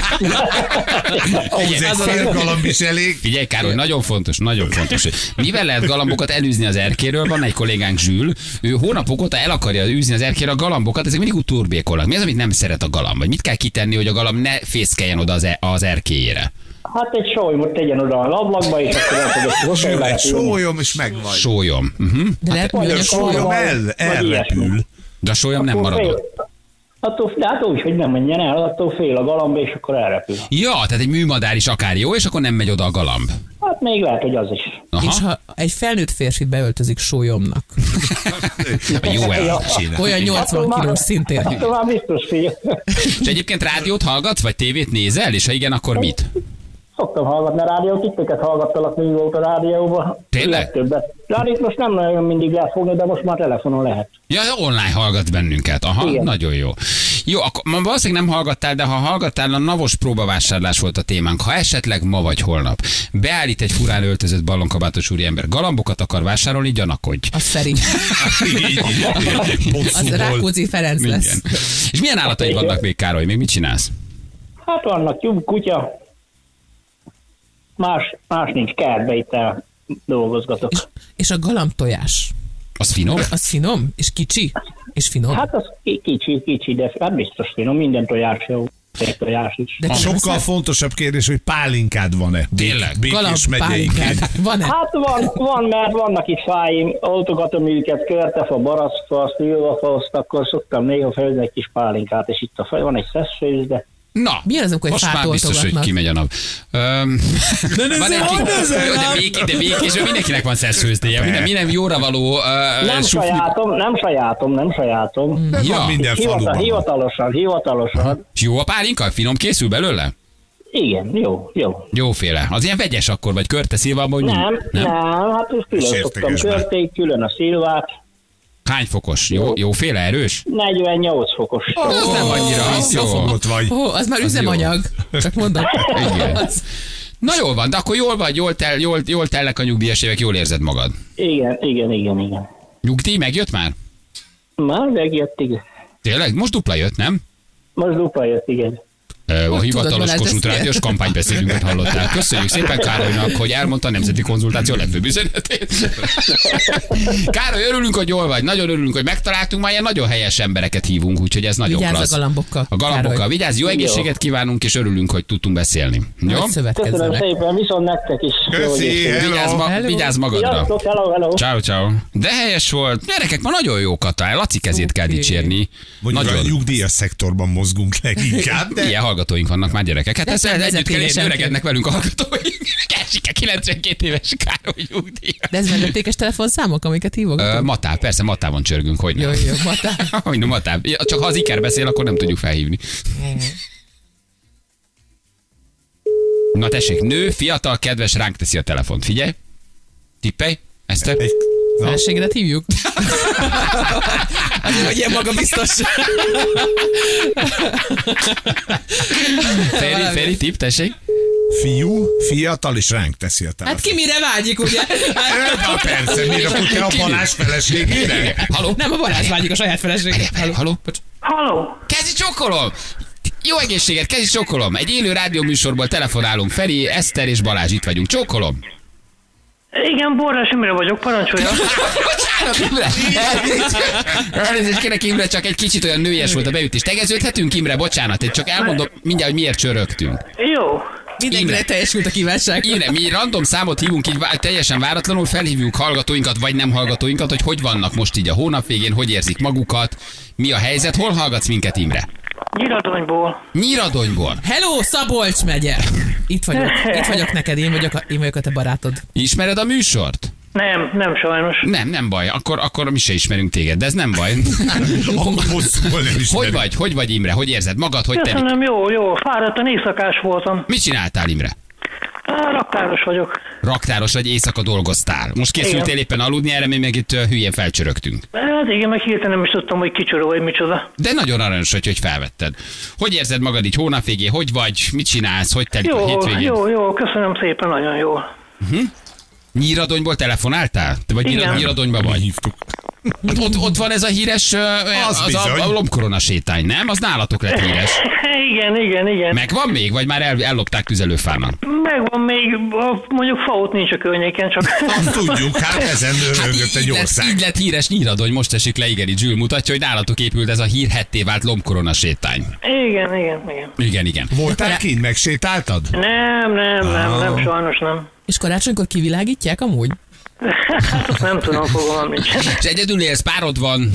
Ahhoz egy fél galamb is elég. Figyelj, Károly, nagyon fontos, hogy mivel lehet galambokat elűzni az erkéről, van egy kollégánk Zsül, ő hónapok óta el akarja űzni az erkéről a galambokat, ezek mindig úgy turbékolnak. Mi az, amit nem szeret a galamb? Vagy mit kell kitenni, hogy a galamb ne fészkeljen oda az erkélyére? Hát egy sólymot tegyen oda a ablakba, és akkor Zsül, egy el sólyom, és megvaj. Sólyom. De lehet, vagy hogy a a Sólyom elrepül. De a sólyom nem marad. De hát úgy, hogy nem menjen el, attól fél a galamb, és akkor elrepül. Ja, tehát egy műmadár is akár jó, és akkor nem megy oda a galamb. Hát még lehet, hogy az is. Aha. És ha egy felnőtt férfi beöltözik sólyomnak, Jó el. olyan 80 kilós szintén. Attól már biztos fél. És egyébként rádiót hallgatsz, vagy tévét nézel, és ha igen, akkor mit? Szoktam hallgatni a rádiót, titeket hallgattalak még volt a rádióban. Tényleg? Legtöbbet. Rádiót most nem nagyon mindig lehet fogni, de most már telefonon lehet. Ja, online hallgat bennünket. Aha, Igen. nagyon jó. Jó, akkor ma valószínűleg nem hallgattál, de ha hallgattál, a navos próbavásárlás volt a témánk. Ha esetleg ma vagy holnap beállít egy furán öltözött ballonkabátos úriember, galambokat akar vásárolni, gyanakodj. Az Feri. Az Rákóczi Ferenc lesz. Igen. És milyen állataid vannak még, Károly? Még mit csinálsz? Hát vannak tyúk, kutya. Más nincs, kertbe itt el dolgozgatok. És a galambtojás. Az finom? Az finom? És kicsi? És finom? Hát az kicsi, de hát biztos finom, minden tojás jó. Egy tojás is. De te nem Sokkal eszel? fontosabb kérdés, hogy pálinkád van-e? Tényleg? Békés Galamb megyeinkén. pálinkád. Van-e? Hát van, mert vannak itt fáim, oltogatom őket, körtefa, baraszfa, szilvafa, azt akkor szoktam néha felhozni egy kis pálinkát, és itt van egy szeszfőz, de Na, Milyen az, amikor egy most fát már biztos, hogy oltogatnak? kimegy a nap. Van egy jó, de békés, mindenkinek van szeszfőzdéje. Minden jóra való nem sajátom. Ez Ja. van minden faluban. Hivatalosan. Jó a pálinka? Finom készül belőle? Igen, jó. Jóféle. Az ilyen vegyes akkor, vagy körte szilvában, hogy Nem, hát ezt külön szoktam Sérteges már. körték, külön a szilvát. Hány fokos? Jóféle, erős? 48 fokos. Ez nem annyira Visszafogott vagy. Ó, az már üzemanyag. Csak mondom. Igen. Az- Na jól van, de akkor jól vagy, jól telnek a nyugdíjas évek, jól érzed magad. Igen. Nyugdíj megjött már? Már megjött, igen. Tényleg? Most dupla jött, nem? Most dupla jött, igen. A hivatalos Balázs, Kossuth ezt Rádiós kampánybeszédünket hallottál. Köszönjük szépen Károlynak, hogy elmondta a Nemzeti Konzultáció legfőbb üzenetét. Károly, örülünk, hogy jól vagy. Nagyon örülünk, hogy megtaláltunk. Már ilyen nagyon helyes embereket hívunk, úgyhogy ez nagyon Vigyázz klassz. a galambokkal. A galambokkal Károly. vigyázz, jó egészséget kívánunk, és örülünk, hogy tudtunk beszélni. Jó? Nagy Köszönöm szövetkezzenek. szépen, viszont nektek is. Köszi, hello. Vigyázz magadra. Sziasztok, hello. Ciao. De helyes volt. Gyerekek, ma nagyon jókat talál. Laci kezét kell Oké. dicsérni. Mondjuk a Nagyon. nyugdíjas szektorban mozgunk leginkább, de Ilyen hallgatóink vannak már gyerekek. Hát ezzel együtt kell érni, vezetékesen öregednek velünk a hallgatóink. Kersike 92 éves Károly nyugdíj. De ez vezetékes telefonszámok, amiket hívogatunk? Matál, persze Matávon csörgünk, hogy Jó, nem. matál. Hogy nem Matáv. Ja, csak ha az Iker beszél, akkor nem tudjuk felhívni. Na tessék, nő, fiatal, kedves, ránk teszi a telefont. Figyelj. Tippelj. Eszter. Feleségedet hívjuk? Azért, hogy ilyen magabiztos. Feri, tipp, tessék. fiú, fiatal, és ránk teszi a telefon. Hát ki mire vágyik, ugye? Hát persze, még akkor te a Balázs feleségére? Haló? Nem, a Balázs vágyik a saját feleségére. Haló? Halló! Kezdj csokkolom! Jó egészséget, kezdj csokkolom! Egy élő rádióműsorból telefonálunk. Feri, Eszter és Balázs, itt vagyunk. Csokkolom! Igen, Borrás Imre vagyok, parancsolja. Bocsánat, Imre! Elnézést kérek, Imre, csak egy kicsit olyan nőies volt a beütés. Tegeződhetünk, Imre? Bocsánat, én csak elmondom mindjárt, hogy miért csörögtünk. Jó. Mindenkire Imre. teljesült a kívánság. Imre, mi random számot hívunk így teljesen váratlanul, felhívjuk hallgatóinkat, vagy nem hallgatóinkat, hogy vagynak most így a hónap végén, hogy érzik magukat, mi a helyzet, hol hallgatsz minket, Imre? Nyiradonyból. Nyíradonyból. Hello, Szabolcs megye! Itt vagyok neked, én vagyok a te barátod. Ismered a műsort? Nem sajnos. Nem baj, akkor mi se ismerünk téged, de ez nem baj. Akkor hosszúból nem ismerünk. Hogy vagy Imre? Hogy érzed magad? Hogy telik? Köszönöm, jó. Fáradtan éjszakás voltam. Mit csináltál, Imre? Raktáros vagyok. Raktáros vagy, éjszaka dolgoztál. Most készültél éppen aludni, erre mi meg itt hülyén felcsörögtünk. Hát igen, meg hirtelen nem is tudtam, hogy kicsoda vagy micsoda. De nagyon aranyos, hogy felvetted. Hogy érzed magad így hónap végén? Hogy vagy? Mit csinálsz? Hogy telik a hétvégén? Jó, köszönöm szépen, nagyon jó. Nyíradonyból telefonáltál? Te vagy Nyíradonyban vagy? Hívtuk. Ott van ez a híres a lombkorona sétány, nem? Az nálatok lett híres. Igen. Megvan még, vagy már ellopták tüzelőfának? Megvan még, mondjuk faot nincs a környéken, csak... Azt tudjuk, hát ezen röhögött egy ország. Így lett híres Nyíradony, most esik le, igen, Zsül mutatja, hogy nálatok épült ez a hírhetté vált lombkorona sétány. Igen. Voltál kint, megsétáltad? Nem, sajnos nem. És karácsonykor kivilágítják amúgy? Hát nem tudom, fogalmam nincs. És egyedül élsz, párod van?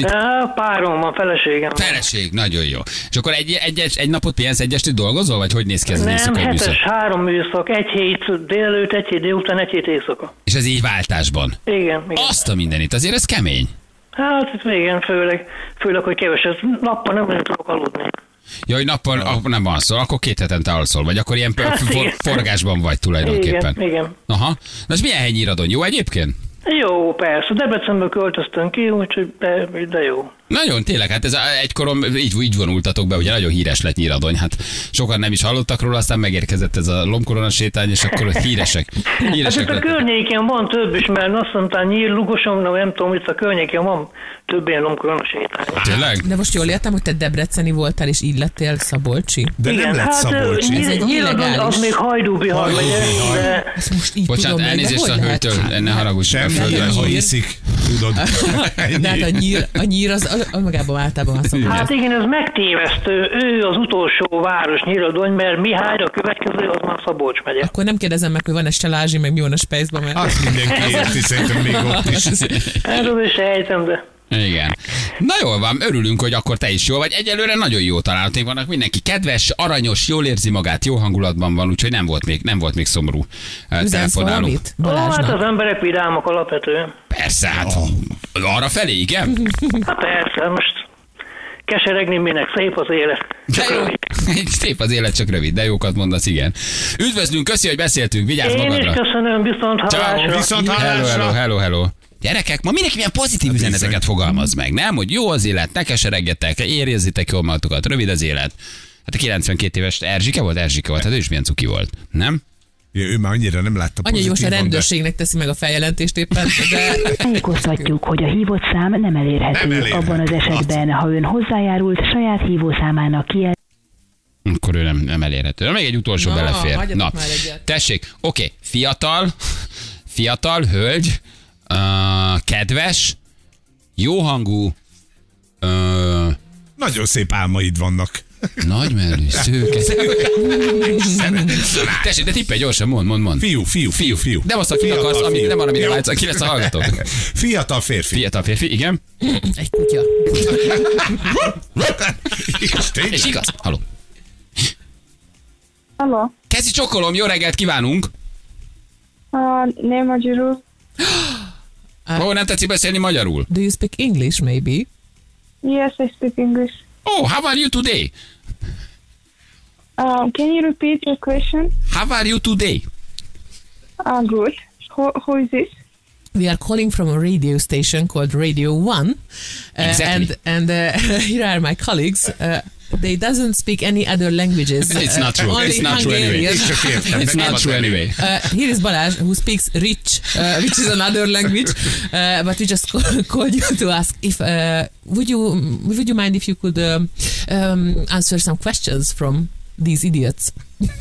Párom van, feleségem. Feleség, nagyon jó. És akkor egy napot pihensz, egy estét dolgozol, vagy hogy néz ki ez az éjszakai műszak? Nem, 3 műszak, 1 hét délelőtt, 1 hét délután, 1 hét éjszaka. És ez így váltásban? Igen. Azt a mindenit, azért ez kemény. Hát igen, főleg, hogy keveset. Nappal nem tudok aludni. Ja, hogy nappal nem alszol, akkor 2 hetente alszol, vagy akkor ilyen forgásban vagy tulajdonképpen. Igen. Aha. Na és milyen hely Nyíradony? Jó egyébként? Jó, persze. Debrecenből költöztünk ki, úgyhogy de jó. Nagyon, tényleg, hát ez egykorom így vonultatok be, ugye nagyon híres lett Nyíradony, hát sokan nem is hallottak róla, aztán megérkezett ez a lombkorona sétány, és akkor híresek Hát itt a környéken van több is, mert azt mondtam, Nyír, Lugoson, nem tudom, itt a környéken van több ilyen lombkorona sétány. Tényleg? De most jól értem, hogy te debreceni voltál, és így lettél szabolcsi? De igen, nem lett hát Szabolcsi. Ez egy illegális. Az még Hajdú-Bihar megye, de... Ezt most így Bocsánat, tudom meg, de elnézést hogy a lehet? hölgytől, ne haragudj. Semmi, ha hiszik, tudod. De hát a nyír az magában általában haszonló. Hát igen, ez megtévesztő. Ő az utolsó város Nyíradony, mert Mihály a következő, az már Szabolcs megye. Akkor nem kérdezem meg, hogy van-e Stelázsi, meg mi van a Spejzban, mert... Azt mindenki érti, szerintem még ott is. Hát az is sejtem, de... Igen. Na jól van, örülünk, hogy akkor te is jól vagy. Egyelőre nagyon jó találatok vannak, mindenki kedves, aranyos, jól érzi magát, jó hangulatban van, úgyhogy nem volt még szomorú Üzensz telefonáló. valamit Hát Balázsnak? az emberek vidámak alapvetően. Persze, hát arra felé, igen? Hát persze, most keseregni minek, szép az élet. De jó. Szép az élet, csak rövid, de jókat mondasz, igen. Üdvözlünk, köszi, hogy beszéltünk, vigyázz Én magadra. is köszönöm, viszont hallásra. Viszont hallásra. Hello. Gyerekek, ma mindenki milyen pozitív üzeneteket fogalmaz meg, nem? Hogy jó az élet, ne keseregjetek, érezzétek jól magatokat, rövid az élet. Hát a 92 éves Erzsike volt, hát ő is milyen cuki volt, nem? Ja, ő már annyira nem látta Annyi, hogy most a pozitívan, rendőrségnek teszi meg a feljelentést éppen, de... Tájékoztatjuk, hogy a hívott szám nem elérhető. Abban az esetben, ha ön hozzájárult saját hívószámának Akkor ő nem elérhető. Na, még egy utolsó belefér. Már egyet. Tessék, oké, fiatal, hölgy, kedves, jóhangú, Nagyon szép álmaid vannak. nagymellű, szőke. Tessék, de tippelj gyorsan, mondd. Fiú. Nem azt, akit akarsz, amit nem arra, amit látsz, aki lesz a hallgatók. Fiatal férfi. Igen. Egy kutya. És igaz? Halló. Halló. Kezi csokolom, jó reggelt kívánunk. Nem magyarul. Nem tetszik beszélni magyarul? Do you speak English, maybe? Yes, I speak English. Oh, how are you today? Can you repeat your question? How are you today? Good. Who is this? We are calling from a radio station called Radio 1. Exactly. And here are my colleagues. They doesn't speak any other languages. It's not true. Only It's not true anyway. Hungarian. It's not true anyway. Here is Balázs, who speaks Rich, which is another language. But we just called you to ask if would you mind if you could answer some questions from these idiots?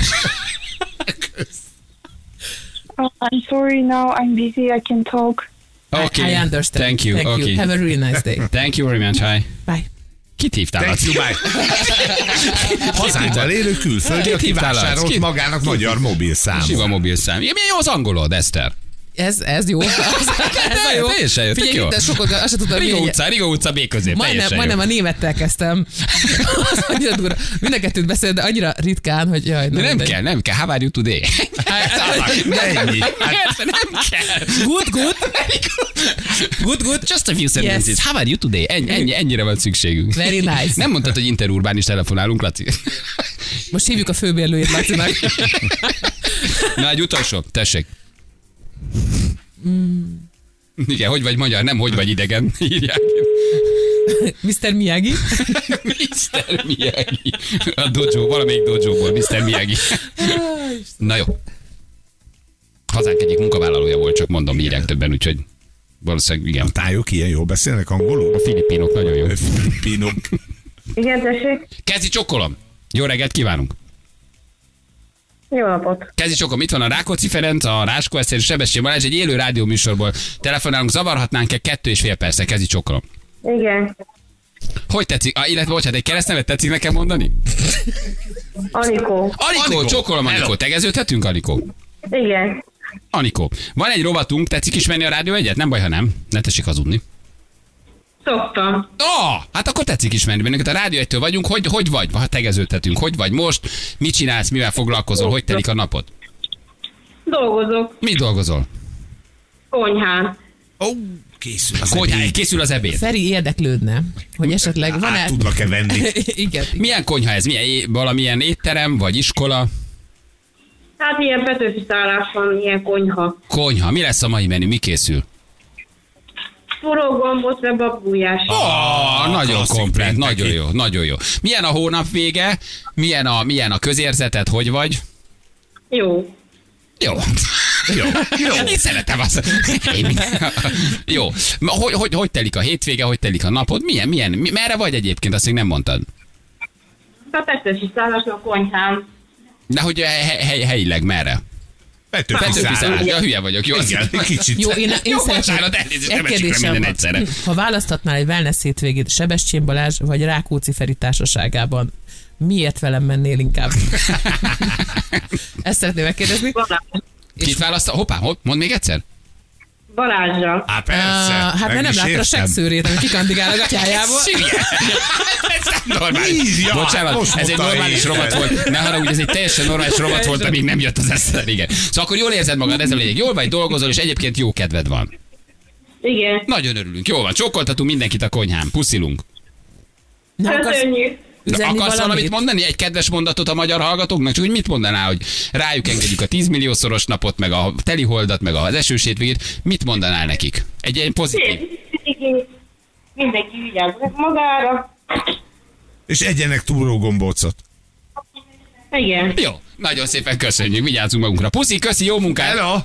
I'm sorry, now I'm busy. I can talk. Okay. I understand. Thank you. Okay. Have a really nice day. Thank you very much. Hi. Bye. Kit hívtál? Thank you, bye. Hazánkban élő külföldi, aki vásárolt magának magyar mobilszámot. Siva mobilszám. Milyen jó az angolod, Eszter? Ez jó. Ez a jó. Teljesen jó, tök Figyelj, jó. de sokat, azt sem tudtam, Rigó utca B közép. majdnem a némettel kezdtem. Az annyira durva. Mind a kettőt beszél, de annyira ritkán, hogy jaj. De nem kell. How are you today? Ennyi. Nem kell. Good. Just a few sentences. Yes. How are you today? Ennyire van szükségünk. Very nice. Nem mondtad, hogy interurbán is telefonálunk, Laci? Most hívjuk a főbérlőjét Lacinak. Na, egy utolsó, tessék. Igen, hogy vagy magyar, nem hogy vagy idegen, írják. Mr. Miyagi. Mr. Miyagi. A dojo, valamelyik dojóból, Mr. Miyagi. Na jó. Hazánk egyik munkavállalója volt, csak mondom, írják többen, úgyhogy valószínűleg igen. A tájok ilyen jó beszélnek angolul? A filipinok nagyon jó. A filipinok. Igen, tessék. Kezdj csokolom. Jó reggelt kívánunk. Jó napot. Kezdj csokolom. Itt van a Rákóczi Ferenc, a Ráskó Eszter és Sebestyén Balázs, egy élő rádióműsorból telefonálunk. Zavarhatnánk-e 2,5 percre? Kezdj csokolom. Igen. Hogy tetszik? Illetve, bocsánat, egy keresztnevet tetszik nekem mondani? Anikó. Anikó, csokolom, Anikó. Tegeződhetünk, Anikó? Igen. Anikó, van egy rovatunk, tetszik ismerni a Rádió Egyet? Nem baj, ha nem. Ne tessék hazudni. Szoktam. Hát akkor tetszik ismerni bennünket. A Rádió 1-től vagyunk. Hogy vagy? Ha tegeződhetünk. Hogy vagy most? Mit csinálsz? Mivel foglalkozol? Hogy telik a napod? Dolgozok. Mit dolgozol? Konyhán. Készül az ebéd. Feri érdeklődne, hogy esetleg van-e... Tudnak-e venni? Igen. Milyen konyha ez? Valamilyen étterem vagy iskola? Hát ilyen Petőfi szállás van, ilyen konyha. Konyha. Mi lesz a mai menü? Mi készül? Forrógombóc, meg babgulyás. Nagyon komplet, nagyon jó. Milyen a hónap vége? Milyen a közérzeted? Hogy vagy? Jó. Én szeretem azt. Jó. Hogy telik a hétvége? Hogy telik a napod? Merre vagy egyébként? Azt még nem mondtad. A Petőfi szállás a konyhán. De hogy helyileg merre? Petőfi szállás. Ja, hülye vagyok. Jó, igen, kicsit. Jó, én bocsánat, elnézést, nem esik le minden egyszerre. Ha választhatnál egy wellness hétvégét Sebestyén Balázs vagy Rákóczi Feri társaságában, miért velem mennél inkább? Ezt szeretném megkérdezni. Kit választál? Hoppá, mondd még egyszer. Balázsra. Persze. Hát mert nem látta a seggszőrét, ami kikandigál a gatyájából. Ez nem normális. Bocsánat, ez egy normális rovat volt. Ne haragudj, ez egy teljesen normális rovat volt, amíg nem jött az eszed. Igen. Szóval akkor jól érzed magad, ez a lényeg. Jól vagy, dolgozol, és egyébként jó kedved van. Igen. Nagyon örülünk. Jó van, csókoltatunk mindenkit a konyhán. Puszilunk. Köszönjük. Akarsz valamit mondani? Egy kedves mondatot a magyar hallgatóknak? Csak hogy mit mondanál, hogy rájuk engedjük a 10 milliószoros napot, meg a teliholdat, meg az esős hétvégét. Mit mondanál nekik? Egy pozitív. Mindenki vigyázzak magára. És egyenek túrógombócot. Igen. Jó, nagyon szépen köszönjük, vigyázzunk magunkra. Puszi, köszi, jó munkát! Hello!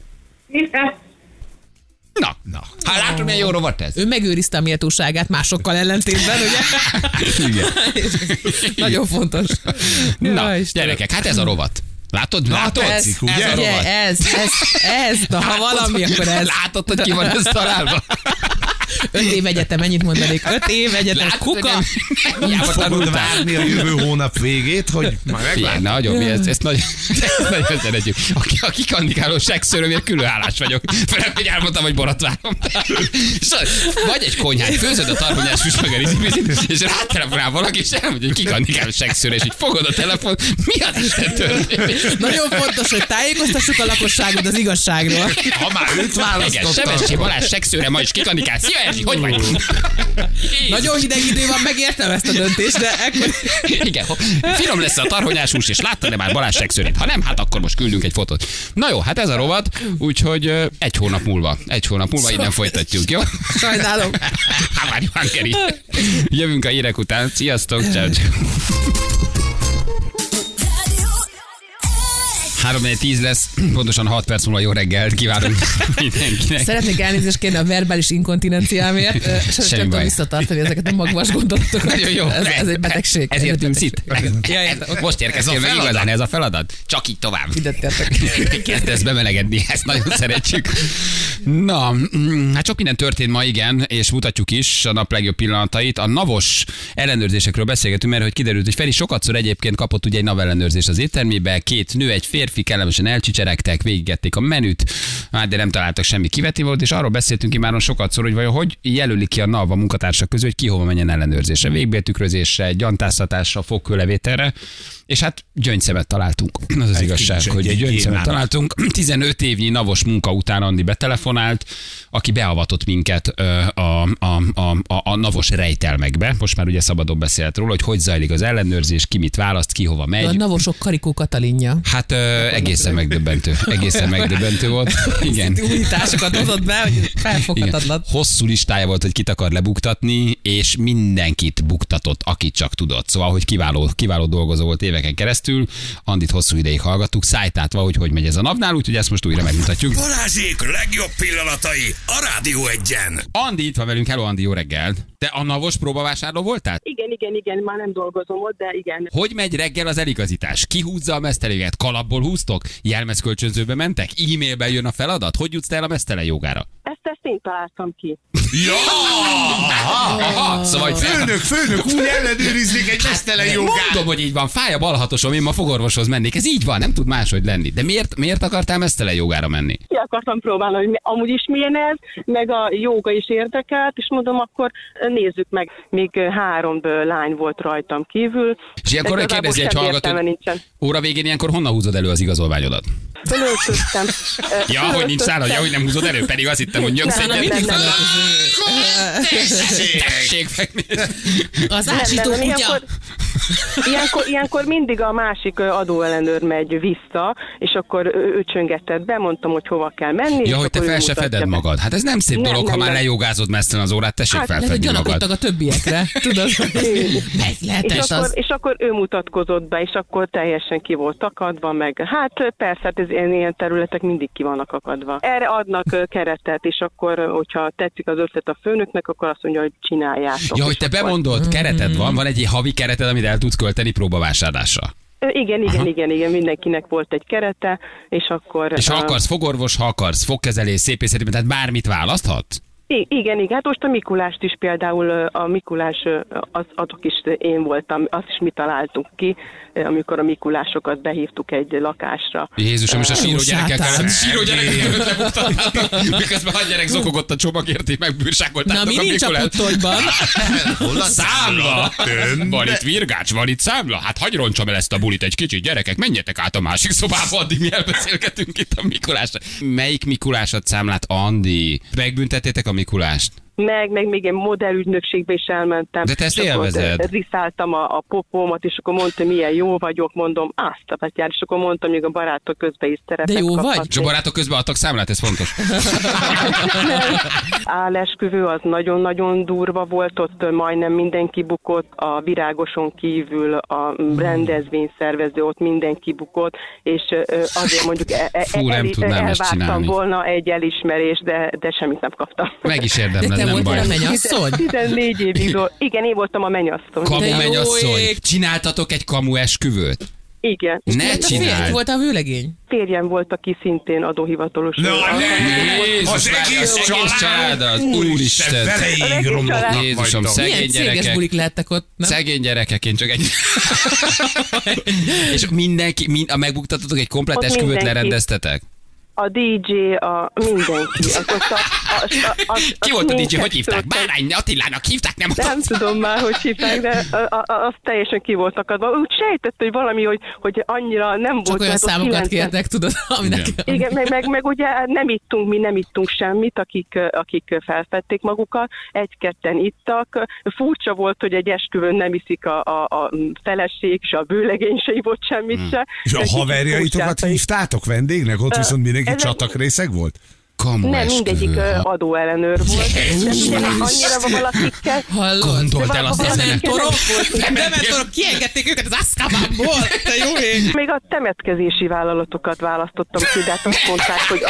Na. Hát látom, milyen jó rovat ez. Ő megőrizte a méltóságát másokkal ellentétben, ugye? Igen. Nagyon fontos. Na, gyerekek, hát ez a rovat. Látod? Tetszik, ugye? Ez a rovat. Ez. Na, ha valami, akkor ez. Látod, hogy ki van ez találva? 5 év egyetem, ennyit mondanék. 5 év egyetem, kuka. Úgy fogod várni a jövő hónap végét, hogy már meglátjuk. Nagyon, ezt nagyon szeretjük. A kikandikáló seggszőrömért különállás vagyok. Főleg, hogy elmondtam, hogy borotvárom. Vagy egy konyhán, főzöd a tarhonyás füstmagar és rátelefonál valaki, és elmondja, hogy kikandikáló seggszőr, és így fogod a telefon. Mi az Isten történik? Nagyon fontos, hogy tájékoztassuk a lakosságot az igazságról. Ha már őt választottam. Sebestyén Balázs seggszőre ma is kikandikál. Szia, Erzsi, hogy vagy? Nagyon hideg idő van, megértem ezt a döntést, de ekkor... Igen, finom lesz a tarhonyás hús, és láttad-e már Balázs seggszőrét? Ha nem, hát akkor most küldünk egy fotót. Na jó, hát ez a rovat, úgyhogy egy hónap múlva innen folytatjuk, jó? Sajnálom. Várj, Hankeri. Jövünk a hírek után. Sziasztok, ciao. 3-4-10 lesz, pontosan 6 perc múlva jó reggelt kívánunk mindenkinek. Szeretnék elnézést kérni a verbális inkontinenciámért, és nem tudom visszatartani ezeket a magvas gondolatokat. Nagyon jó. Ez egy betegség. Ezért ülsz itt. Most érkeztél meg igazán, ez a feladat. Csak így tovább. Kezdesz bemelegedni, ezt nagyon szeretjük. Na, hát sok minden történt ma, igen, és mutatjuk is a nap legjobb pillanatait. A navos ellenőrzésekről beszélgetünk, mert hogy kiderült, hogy Feri sokatszor egyébként kapott ugye egy NAV ellenőrzés az éttermébe, 2 nő, egy férfi kellemesen elcsicseregtek, végiggették a menüt, Hát, de nem találtak semmi kivetnivalót, és arról beszéltünk imáron sokatszor, hogy vajon hogy jelöli ki a NAV a munkatársak közül, hogy ki hova menjen ellenőrzésre, végbéltükrözésre, gyantáztatásra, fogkőlevételre, és hát gyöngyszemet találtunk. Az igazság, hogy gyöngyszemet találtunk. 15 évnyi NAV-os munka után Andi betelefonált, aki beavatott minket a NAV-os rejtelmekbe. Most már ugye szabadon beszélt róla, hogy zajlik az ellenőrzés, ki mit választ, ki hova megy. A NAV-osok Karikó Katalinja. Hát egészen megdöbbentő. Egészen megdöbbentő volt. Igen. Újításokat hozott be, hogy felfoghatatlan. Hosszú listája volt, hogy kit akar lebuktatni, és mindenkit buktatott, akit csak tudott. Szóval, hogy kiváló dolgozó volt éveken keresztül. Andit hosszú ideig hallgattuk, szájtátva, hogy megy ez a NAV-nál, úgyhogy ezt most újra megmutatjuk. Balázsék legjobb pillanatai a Rádió Egyen. Andi itt van velünk, hello Andi, jó reggel. Te a NAV-os próbavásárló voltál? Igen, már nem dolgozom ott, de igen. Hogy megy reggel az eligazítás? Ki húzza a meszteléget? Kalapból húztok? Jelmezkölcsönzőbe mentek? E-mailben jön a feladat? Hogy jutsz te el a mesztelen jogára? Ezt én találtam ki. Ja! Aha! Szóval, főnök, úgy ellenőriznék egy mesztelen jogát. Mondom, hogy így van, fáj a balhatosom, én ma fogorvoshoz mennék. Ez így van, nem tud máshogy lenni. De miért akartál mesztelen jogára menni? Ki akartam próbálni, hogy amúgy is milyen ez, meg a jóga is érdekelt, és mondom, akkor nézzük meg. Még 3 lány volt rajtam kívül. És ilyenkor kérdezi egy hallgató, óra végén ilyenkor honnan húzod elő az igazolványodat? Fölöltöztem. Ja, hogy nincs szállal, ja, hogy nem húzod elő, pedig azt hittem, hogy nyögsz egyet. Tessék megnézni. Az ásító kutya. Ilyenkor mindig a másik adóellenőr megy vissza, és akkor ő csöngetett be, mondtam, hogy hova kell menni. Ja, hogy te fel se feded magad. Hát ez nem szép dolog, ha már lejogázod mesztelen az órát, tessék felfedni magad. A többiekre, tudod? És akkor ő mutatkozott be, és akkor teljesen ki volt akadva, meg hát persze, ez ilyen területek mindig ki vannak akadva. Erre adnak keretet, és akkor, hogyha tetszik az ötlet a főnöknek, akkor azt mondja, hogy csináljátok. Ja, hogy te bemondod, kereted van egy havi kereted, amit el tudsz költeni próbavásárlásra. Igen, mindenkinek volt egy kerete, és akkor... És ha akarsz fogorvos, ha akarsz fogkezelés, szépészeti, tehát bármit választhatsz? Igen, hát most a Mikulást is például, a Mikulás, azok is én voltam, azt is mi találtuk ki, amikor a Mikulásokat behívtuk egy lakásra. Jézusom, és a síró gyerekeket lebuktatáltak, miközben a gyerek zokogott a csomagért, és megbűrságoltátok a Mikulást. Na, mi nincs a puttonyban? Számla! Van itt virgács, van itt számla? Hát hagyj roncsam el ezt a bulit egy kicsit, gyerekek, menjetek át a másik szobába, addig mi elbeszélgetünk itt a Mikulásra. Melyik Mikulásat számlát, Andi? Megbüntettétek a Mikulást? Meg még egy modellügynökségbe is elmentem. De te ezt élvezed. Riszáltam a popómat, és akkor mondta, milyen jó vagyok, mondom, azt a betyár, és akkor mondtam, még a barátok közben is szerepet. De jó kaphatni. vagy? És a barátok közben adtak számlát, ez fontos. Állesküvő az nagyon-nagyon durva volt, ott majdnem mindenki bukott, a virágoson kívül a rendezvényszervező, ott mindenki bukott, és azért mondjuk elvártam volna egy elismerést, de semmit nem kaptam. Meg is érdemled. Te voltál a mennyasszony? 14 évig volt. Igen, én voltam a mennyasszony. Kamu mennyasszony. Csináltatok egy kamu esküvőt? Igen. Ne csináld. Volt a vőlegény? Férjem volt, aki szintén adóhivatalos. Az egész család. Úristen. Veleig romlottak. Jézusom, szegény gyerekek. Bulik lehettek ott, nem? Szegény gyerekek, én csak egy... És mindenki, megbuktatotok egy komplett esküvőt lerendeztetek? A DJ, mindenki. Ki volt a DJ? Hogy hívták? Bárány Attilának hívták? Nem tudom már, hogy hívták, de az teljesen ki volt akadva. Úgy sejtett, hogy valami, hogy annyira nem volt. Csak olyan számokat kértek, tudod? Igen, meg ugye mi nem ittunk semmit, akik felfedték magukat. Egy-ketten ittak. Furcsa volt, hogy egy esküvőn nem iszik a feleség, és a vőlegény se ivott semmit se. És a haverjaitokat hívtátok vendégnek? Ott viszont mindenki csatakrészeg volt? Nem, mindegyik adóellenőr volt. Annyira valakikkel... Gondoltál azt a Dementorok, kiengedték őket az Azkabanból. Te jó ég! Még a temetkezési vállalatokat választottam ki, de azt mondták, hogy...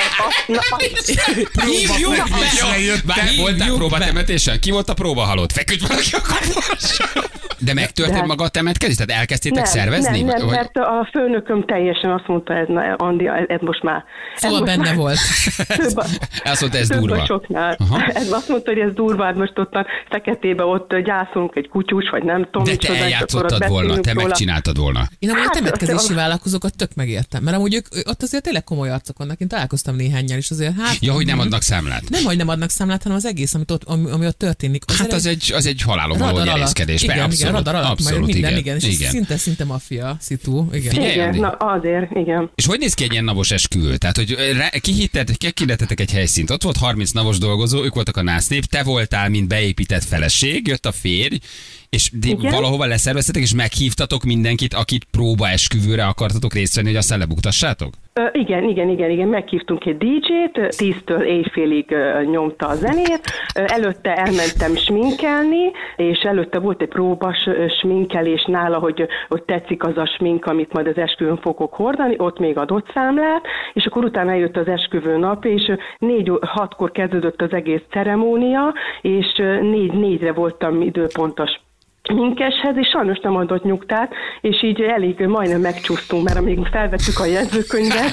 Voltál próbatemetésen? Ki volt a próbahalott? Feküdt valaki a kapuson? De megtörtént maga a temetkezés? Tehát elkezdtétek szervezni? Nem, mert a főnököm teljesen azt mondta, Andi, ez most már... Szóval benne volt. Azt mondta, ez több durva. a soknál. Ez azt mondta, hogy ez durva, hát most ott a Feketébe ott gyászolunk egy kutyus, vagy nem tudom. De te eljátszottad volna, te megcsináltad volna. Én amúgy a temetkezési vállalkozókat tök megértem, mert amúgy ők ott azért tényleg komoly arcok vannak. Én találkoztam néhánnyal is azért. Ja, hogy nem adnak számlát. Nem, hogy nem adnak számlát, hanem az egész, ami ott történik. Hát az egy halálon való nyerészkedés. Igen, radar alatt, abszolút, minden, igen. És szinte maffia szitu. Igen, na azért, igen. És hogy néz ki egy ilyen navos esküvő? Tehát, hogy kihittetek egy helyszínt. Ott volt 30 navos dolgozó, ők voltak a násznép, te voltál, mint beépített feleség, jött a férj, és valahova leszerveztetek, és meghívtatok mindenkit, akit próbaesküvőre akartatok részt venni, hogy aztán lebuktassátok? Igen, meghívtunk egy DJ-t, 10-től éjfélig nyomta a zenét, előtte elmentem sminkelni, és előtte volt egy próbas sminkelés nála, hogy tetszik az a smink, amit majd az esküvőn fogok hordani, ott még adott számlát, és akkor utána jött az esküvő nap, és 4-6-kor kezdődött az egész ceremónia, és 4-4-re voltam időpontos minkeshez, és sajnos nem adott nyugtát, és így elég majdnem megcsúsztunk, mert amíg felvettük a jegyzőkönyvet.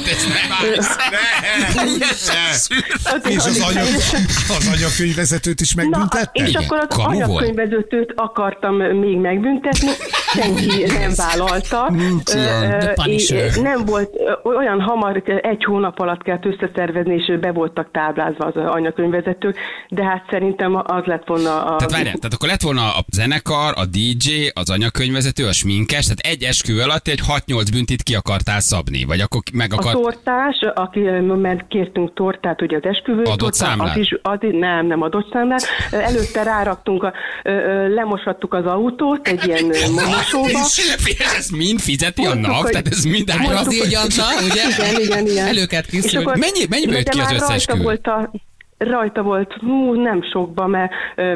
És az anyakönyvvezetőt is megbüntette? És akkor az anyakönyvvezetőt akartam még megbüntetni, senki nem vállalta. Nem volt olyan hamar, 1 hónap alatt kellett összeszervezni, és be voltak táblázva az anyakönyvvezetők, de hát szerintem az lett volna Tehát akkor lett volna a zenekar, a DJ, az anyakönyvvezető, a sminkes, tehát egy esküvő alatt egy 6-8 büntit ki akartál szabni, vagy akkor A tortás, mert kértünk tortát, ugye az esküvő. Adott számlát? Nem adott számlát. Előtte ráraktunk, lemosattuk az autót egy ilyen mosóba. Ez mind fizeti a NAV? Tehát ez mind ára? Igen. Előket készül. Mennyibe jött ki az összesküvő? Rajta volt, nem sokba, mert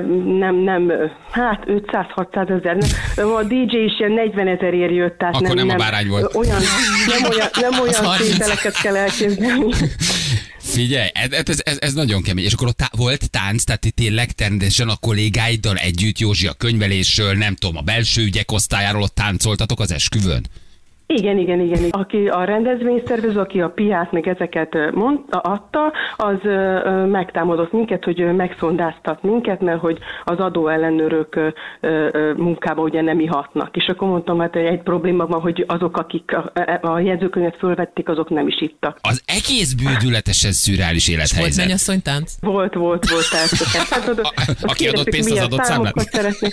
hát 500-600 ezer. A DJ is ilyen 40 ezerért jött, tehát akkor nem a bárány volt. Nem olyan tételeket kell elképzelni. Figyelj, ez nagyon kemény. És akkor ott volt tánc, tehát tényleg természetesen a kollégáiddal együtt, Józsi, a könyvelésről, nem tudom, a belső ügyek osztályáról ott táncoltatok az esküvőn? Igen. Aki a rendezvényszervező, aki a piát meg ezeket adta, az megtámadott minket, hogy megszondáztat minket, mert hogy az adóellenőrök munkába ugye nem ihatnak. És akkor mondtam, hát egy probléma van, hogy azok, akik a jegyzőkönyvet fölvették, azok nem is ittak. Az egész bűdületesen szürreális élethelyzet. Volt mennyasszonytánc? Volt természetesen. Aki adott pénzt, az adott számlát?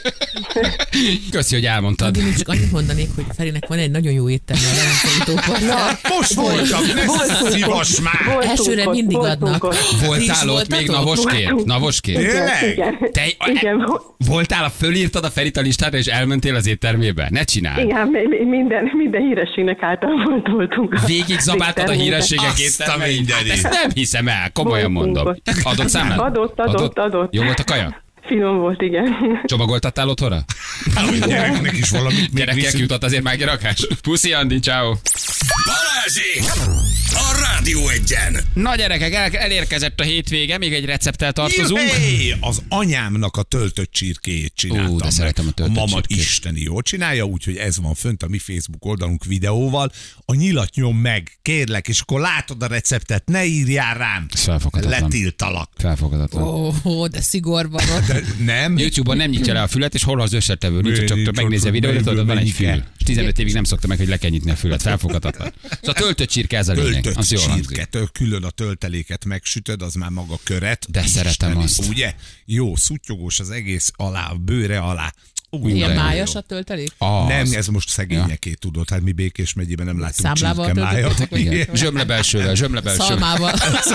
Köszi, hogy elmondtad. Én csak annyit mondanék, hogy Ferinek van egy nagyon jó étterme a Lelencei tópartján. Most voltam, ne szívas már! Elsőre mindig adnak. Voltál ott még navosként? Igen. Voltál, fölírtad a Ferit a listára, és elmentél az éttermébe? Ne csinálj! Igen, minden hírességnek által voltunk. Végig zabáltad a hírességek éttermeit? Ezt nem hiszem el, komolyan mondom. Adott számlát? Adott. Jó volt a kaja? Finom volt, igen. Csomagoltattál otthonra? Gyereknek is valamit. Gyerekek jutott azért már rakás. Puszi, Andi, ciao. Balázsék! A Rádió Egyen! Na gyerekek, elérkezett a hétvége, még egy recepttel tartozunk. Az anyámnak a töltött csirkéjét csináltam. De szeretem a töltött mama csirkét. isteni jól csinálja, úgyhogy ez van fönt a mi Facebook oldalunk videóval. A nyilat nyom meg, kérlek, és akkor látod a receptet, ne írjál rám. Letiltalak. Felfogadatlan. De szigorban van. De nem. YouTube-on nem nyitja le a fület, és hol az összetevő. Nincs, csak megnézi a videót, tudod, van egy fül. 15 évig nem szokta meg, hogy le kell nyitni a fület. Felfogadatlan. Szóval töltött csirke, ez a lényeg. Töltött Az jól csirke, külön a tölteléket megsütöd, az már maga köret. De szeretem azt. Ugye? Jó, szuttyogós az egész alá, bőre alá. Ilyen májas a töltelék? Nem, ez most szegényeké tudod. Hát mi Békés megyében nem látunk csirkemájat. Zsömlebelsővel. Szalmával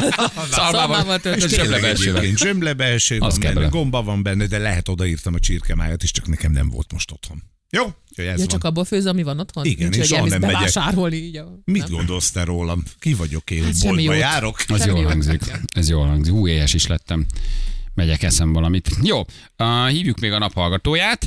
töltött zsömlebelsővel. Zsömlebelső van benne, gomba van benne, de lehet odaírtam a csirkemájat is, csak nekem nem volt most otthon. Jó? Csak abból főz, ami van otthon? Igen, nincs, és soha nem megyek. Bevásárolni így. Mit gondolsz te rólam? Ki vagyok én, hogy boltba járok? Az jól hangzik. Ez jól hangzik. Hú, éhes is lettem. Megyek, eszem valamit. Jó, hívjuk még a naphallgatóját.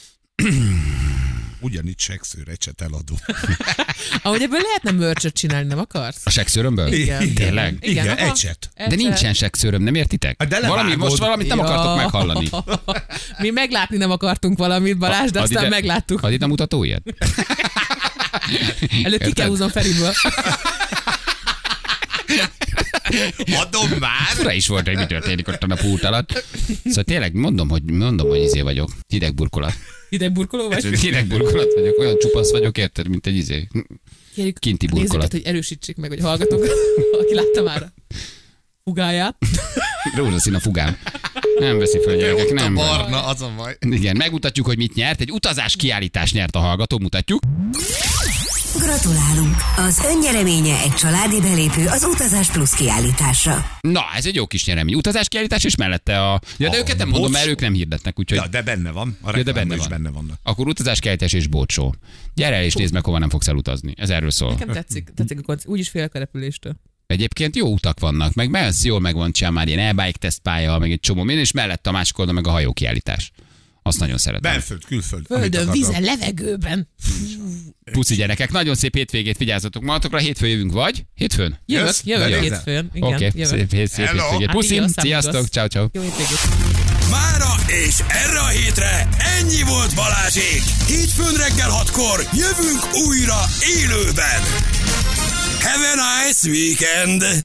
Ugyanígy sekszőrecset eladó. Ahogy ebből lehetne mörcsöt csinálni, nem akarsz? A sekszőrömből? Igen. Tényleg? Igen, ecset. De nincsen sekszőröm, nem értitek? Most valamit nem akartok meghallani. Mi meglátni nem akartunk valamit, Balázs, de aztán megláttuk. Add ide a mutatóját. Előtt ki kell húzom Feriből. Adom már! Fura is volt, hogy mi történik ott a pult alatt. Szóval tényleg mondom, hogy vagyok. Hideg burkolat. Hideg burkoló vagy? Hideg burkolat vagyok. Olyan csupasz vagyok, érted, mint egy Kérjük, kinti burkolat. Nézzük, hogy erősítsék meg, hogy hallgatók, aki látta már a fugáját. Rózsaszín a fugám. Nem veszi föl, gyerekek, nem. Barna, az a baj. Igen, megmutatjuk, hogy mit nyert. Egy utazás kiállítás nyert a hallgató, mutatjuk. Gratulálunk! Az önnyereménye egy családi belépő az Utazás Plus kiállításra. Na, ez egy jó kis nyeremény. Utazás kiállítás, és mellette a... Ja, de őket nem mondom, mert ők nem hirdetnek, úgyhogy... Ja, de benne van. A de benne is van. benne vannak. Akkor utazás kiállítás és bócsó. Gyere el és nézd meg, hova nem fogsz elutazni. Ez erről szól. Nekem tetszik a koncept. Úgyis félek a repüléstől. Egyébként jó utak vannak, meg jól meg van csinálva már ilyen e-bike tesztpálya, meg egy csomó minden, és mellett a másik oldalon meg a hajó kiállítás. Azt nagyon szeretem. Belföld, külföld. Földön, vízen, levegőben. Puszi gyerekek, nagyon szép hétvégét, vigyázzatok magatokra, hétfőn jövünk, vagy? Hétfőn? Jövök hétfőn. Oké, szép hétvégét. Puszi, sziasztok, ciao. Jó hétvégét. Mára és erre a hétre ennyi volt Balázsék. Hétfőn reggel 6-kor jövünk újra élőben. Have a nice weekend!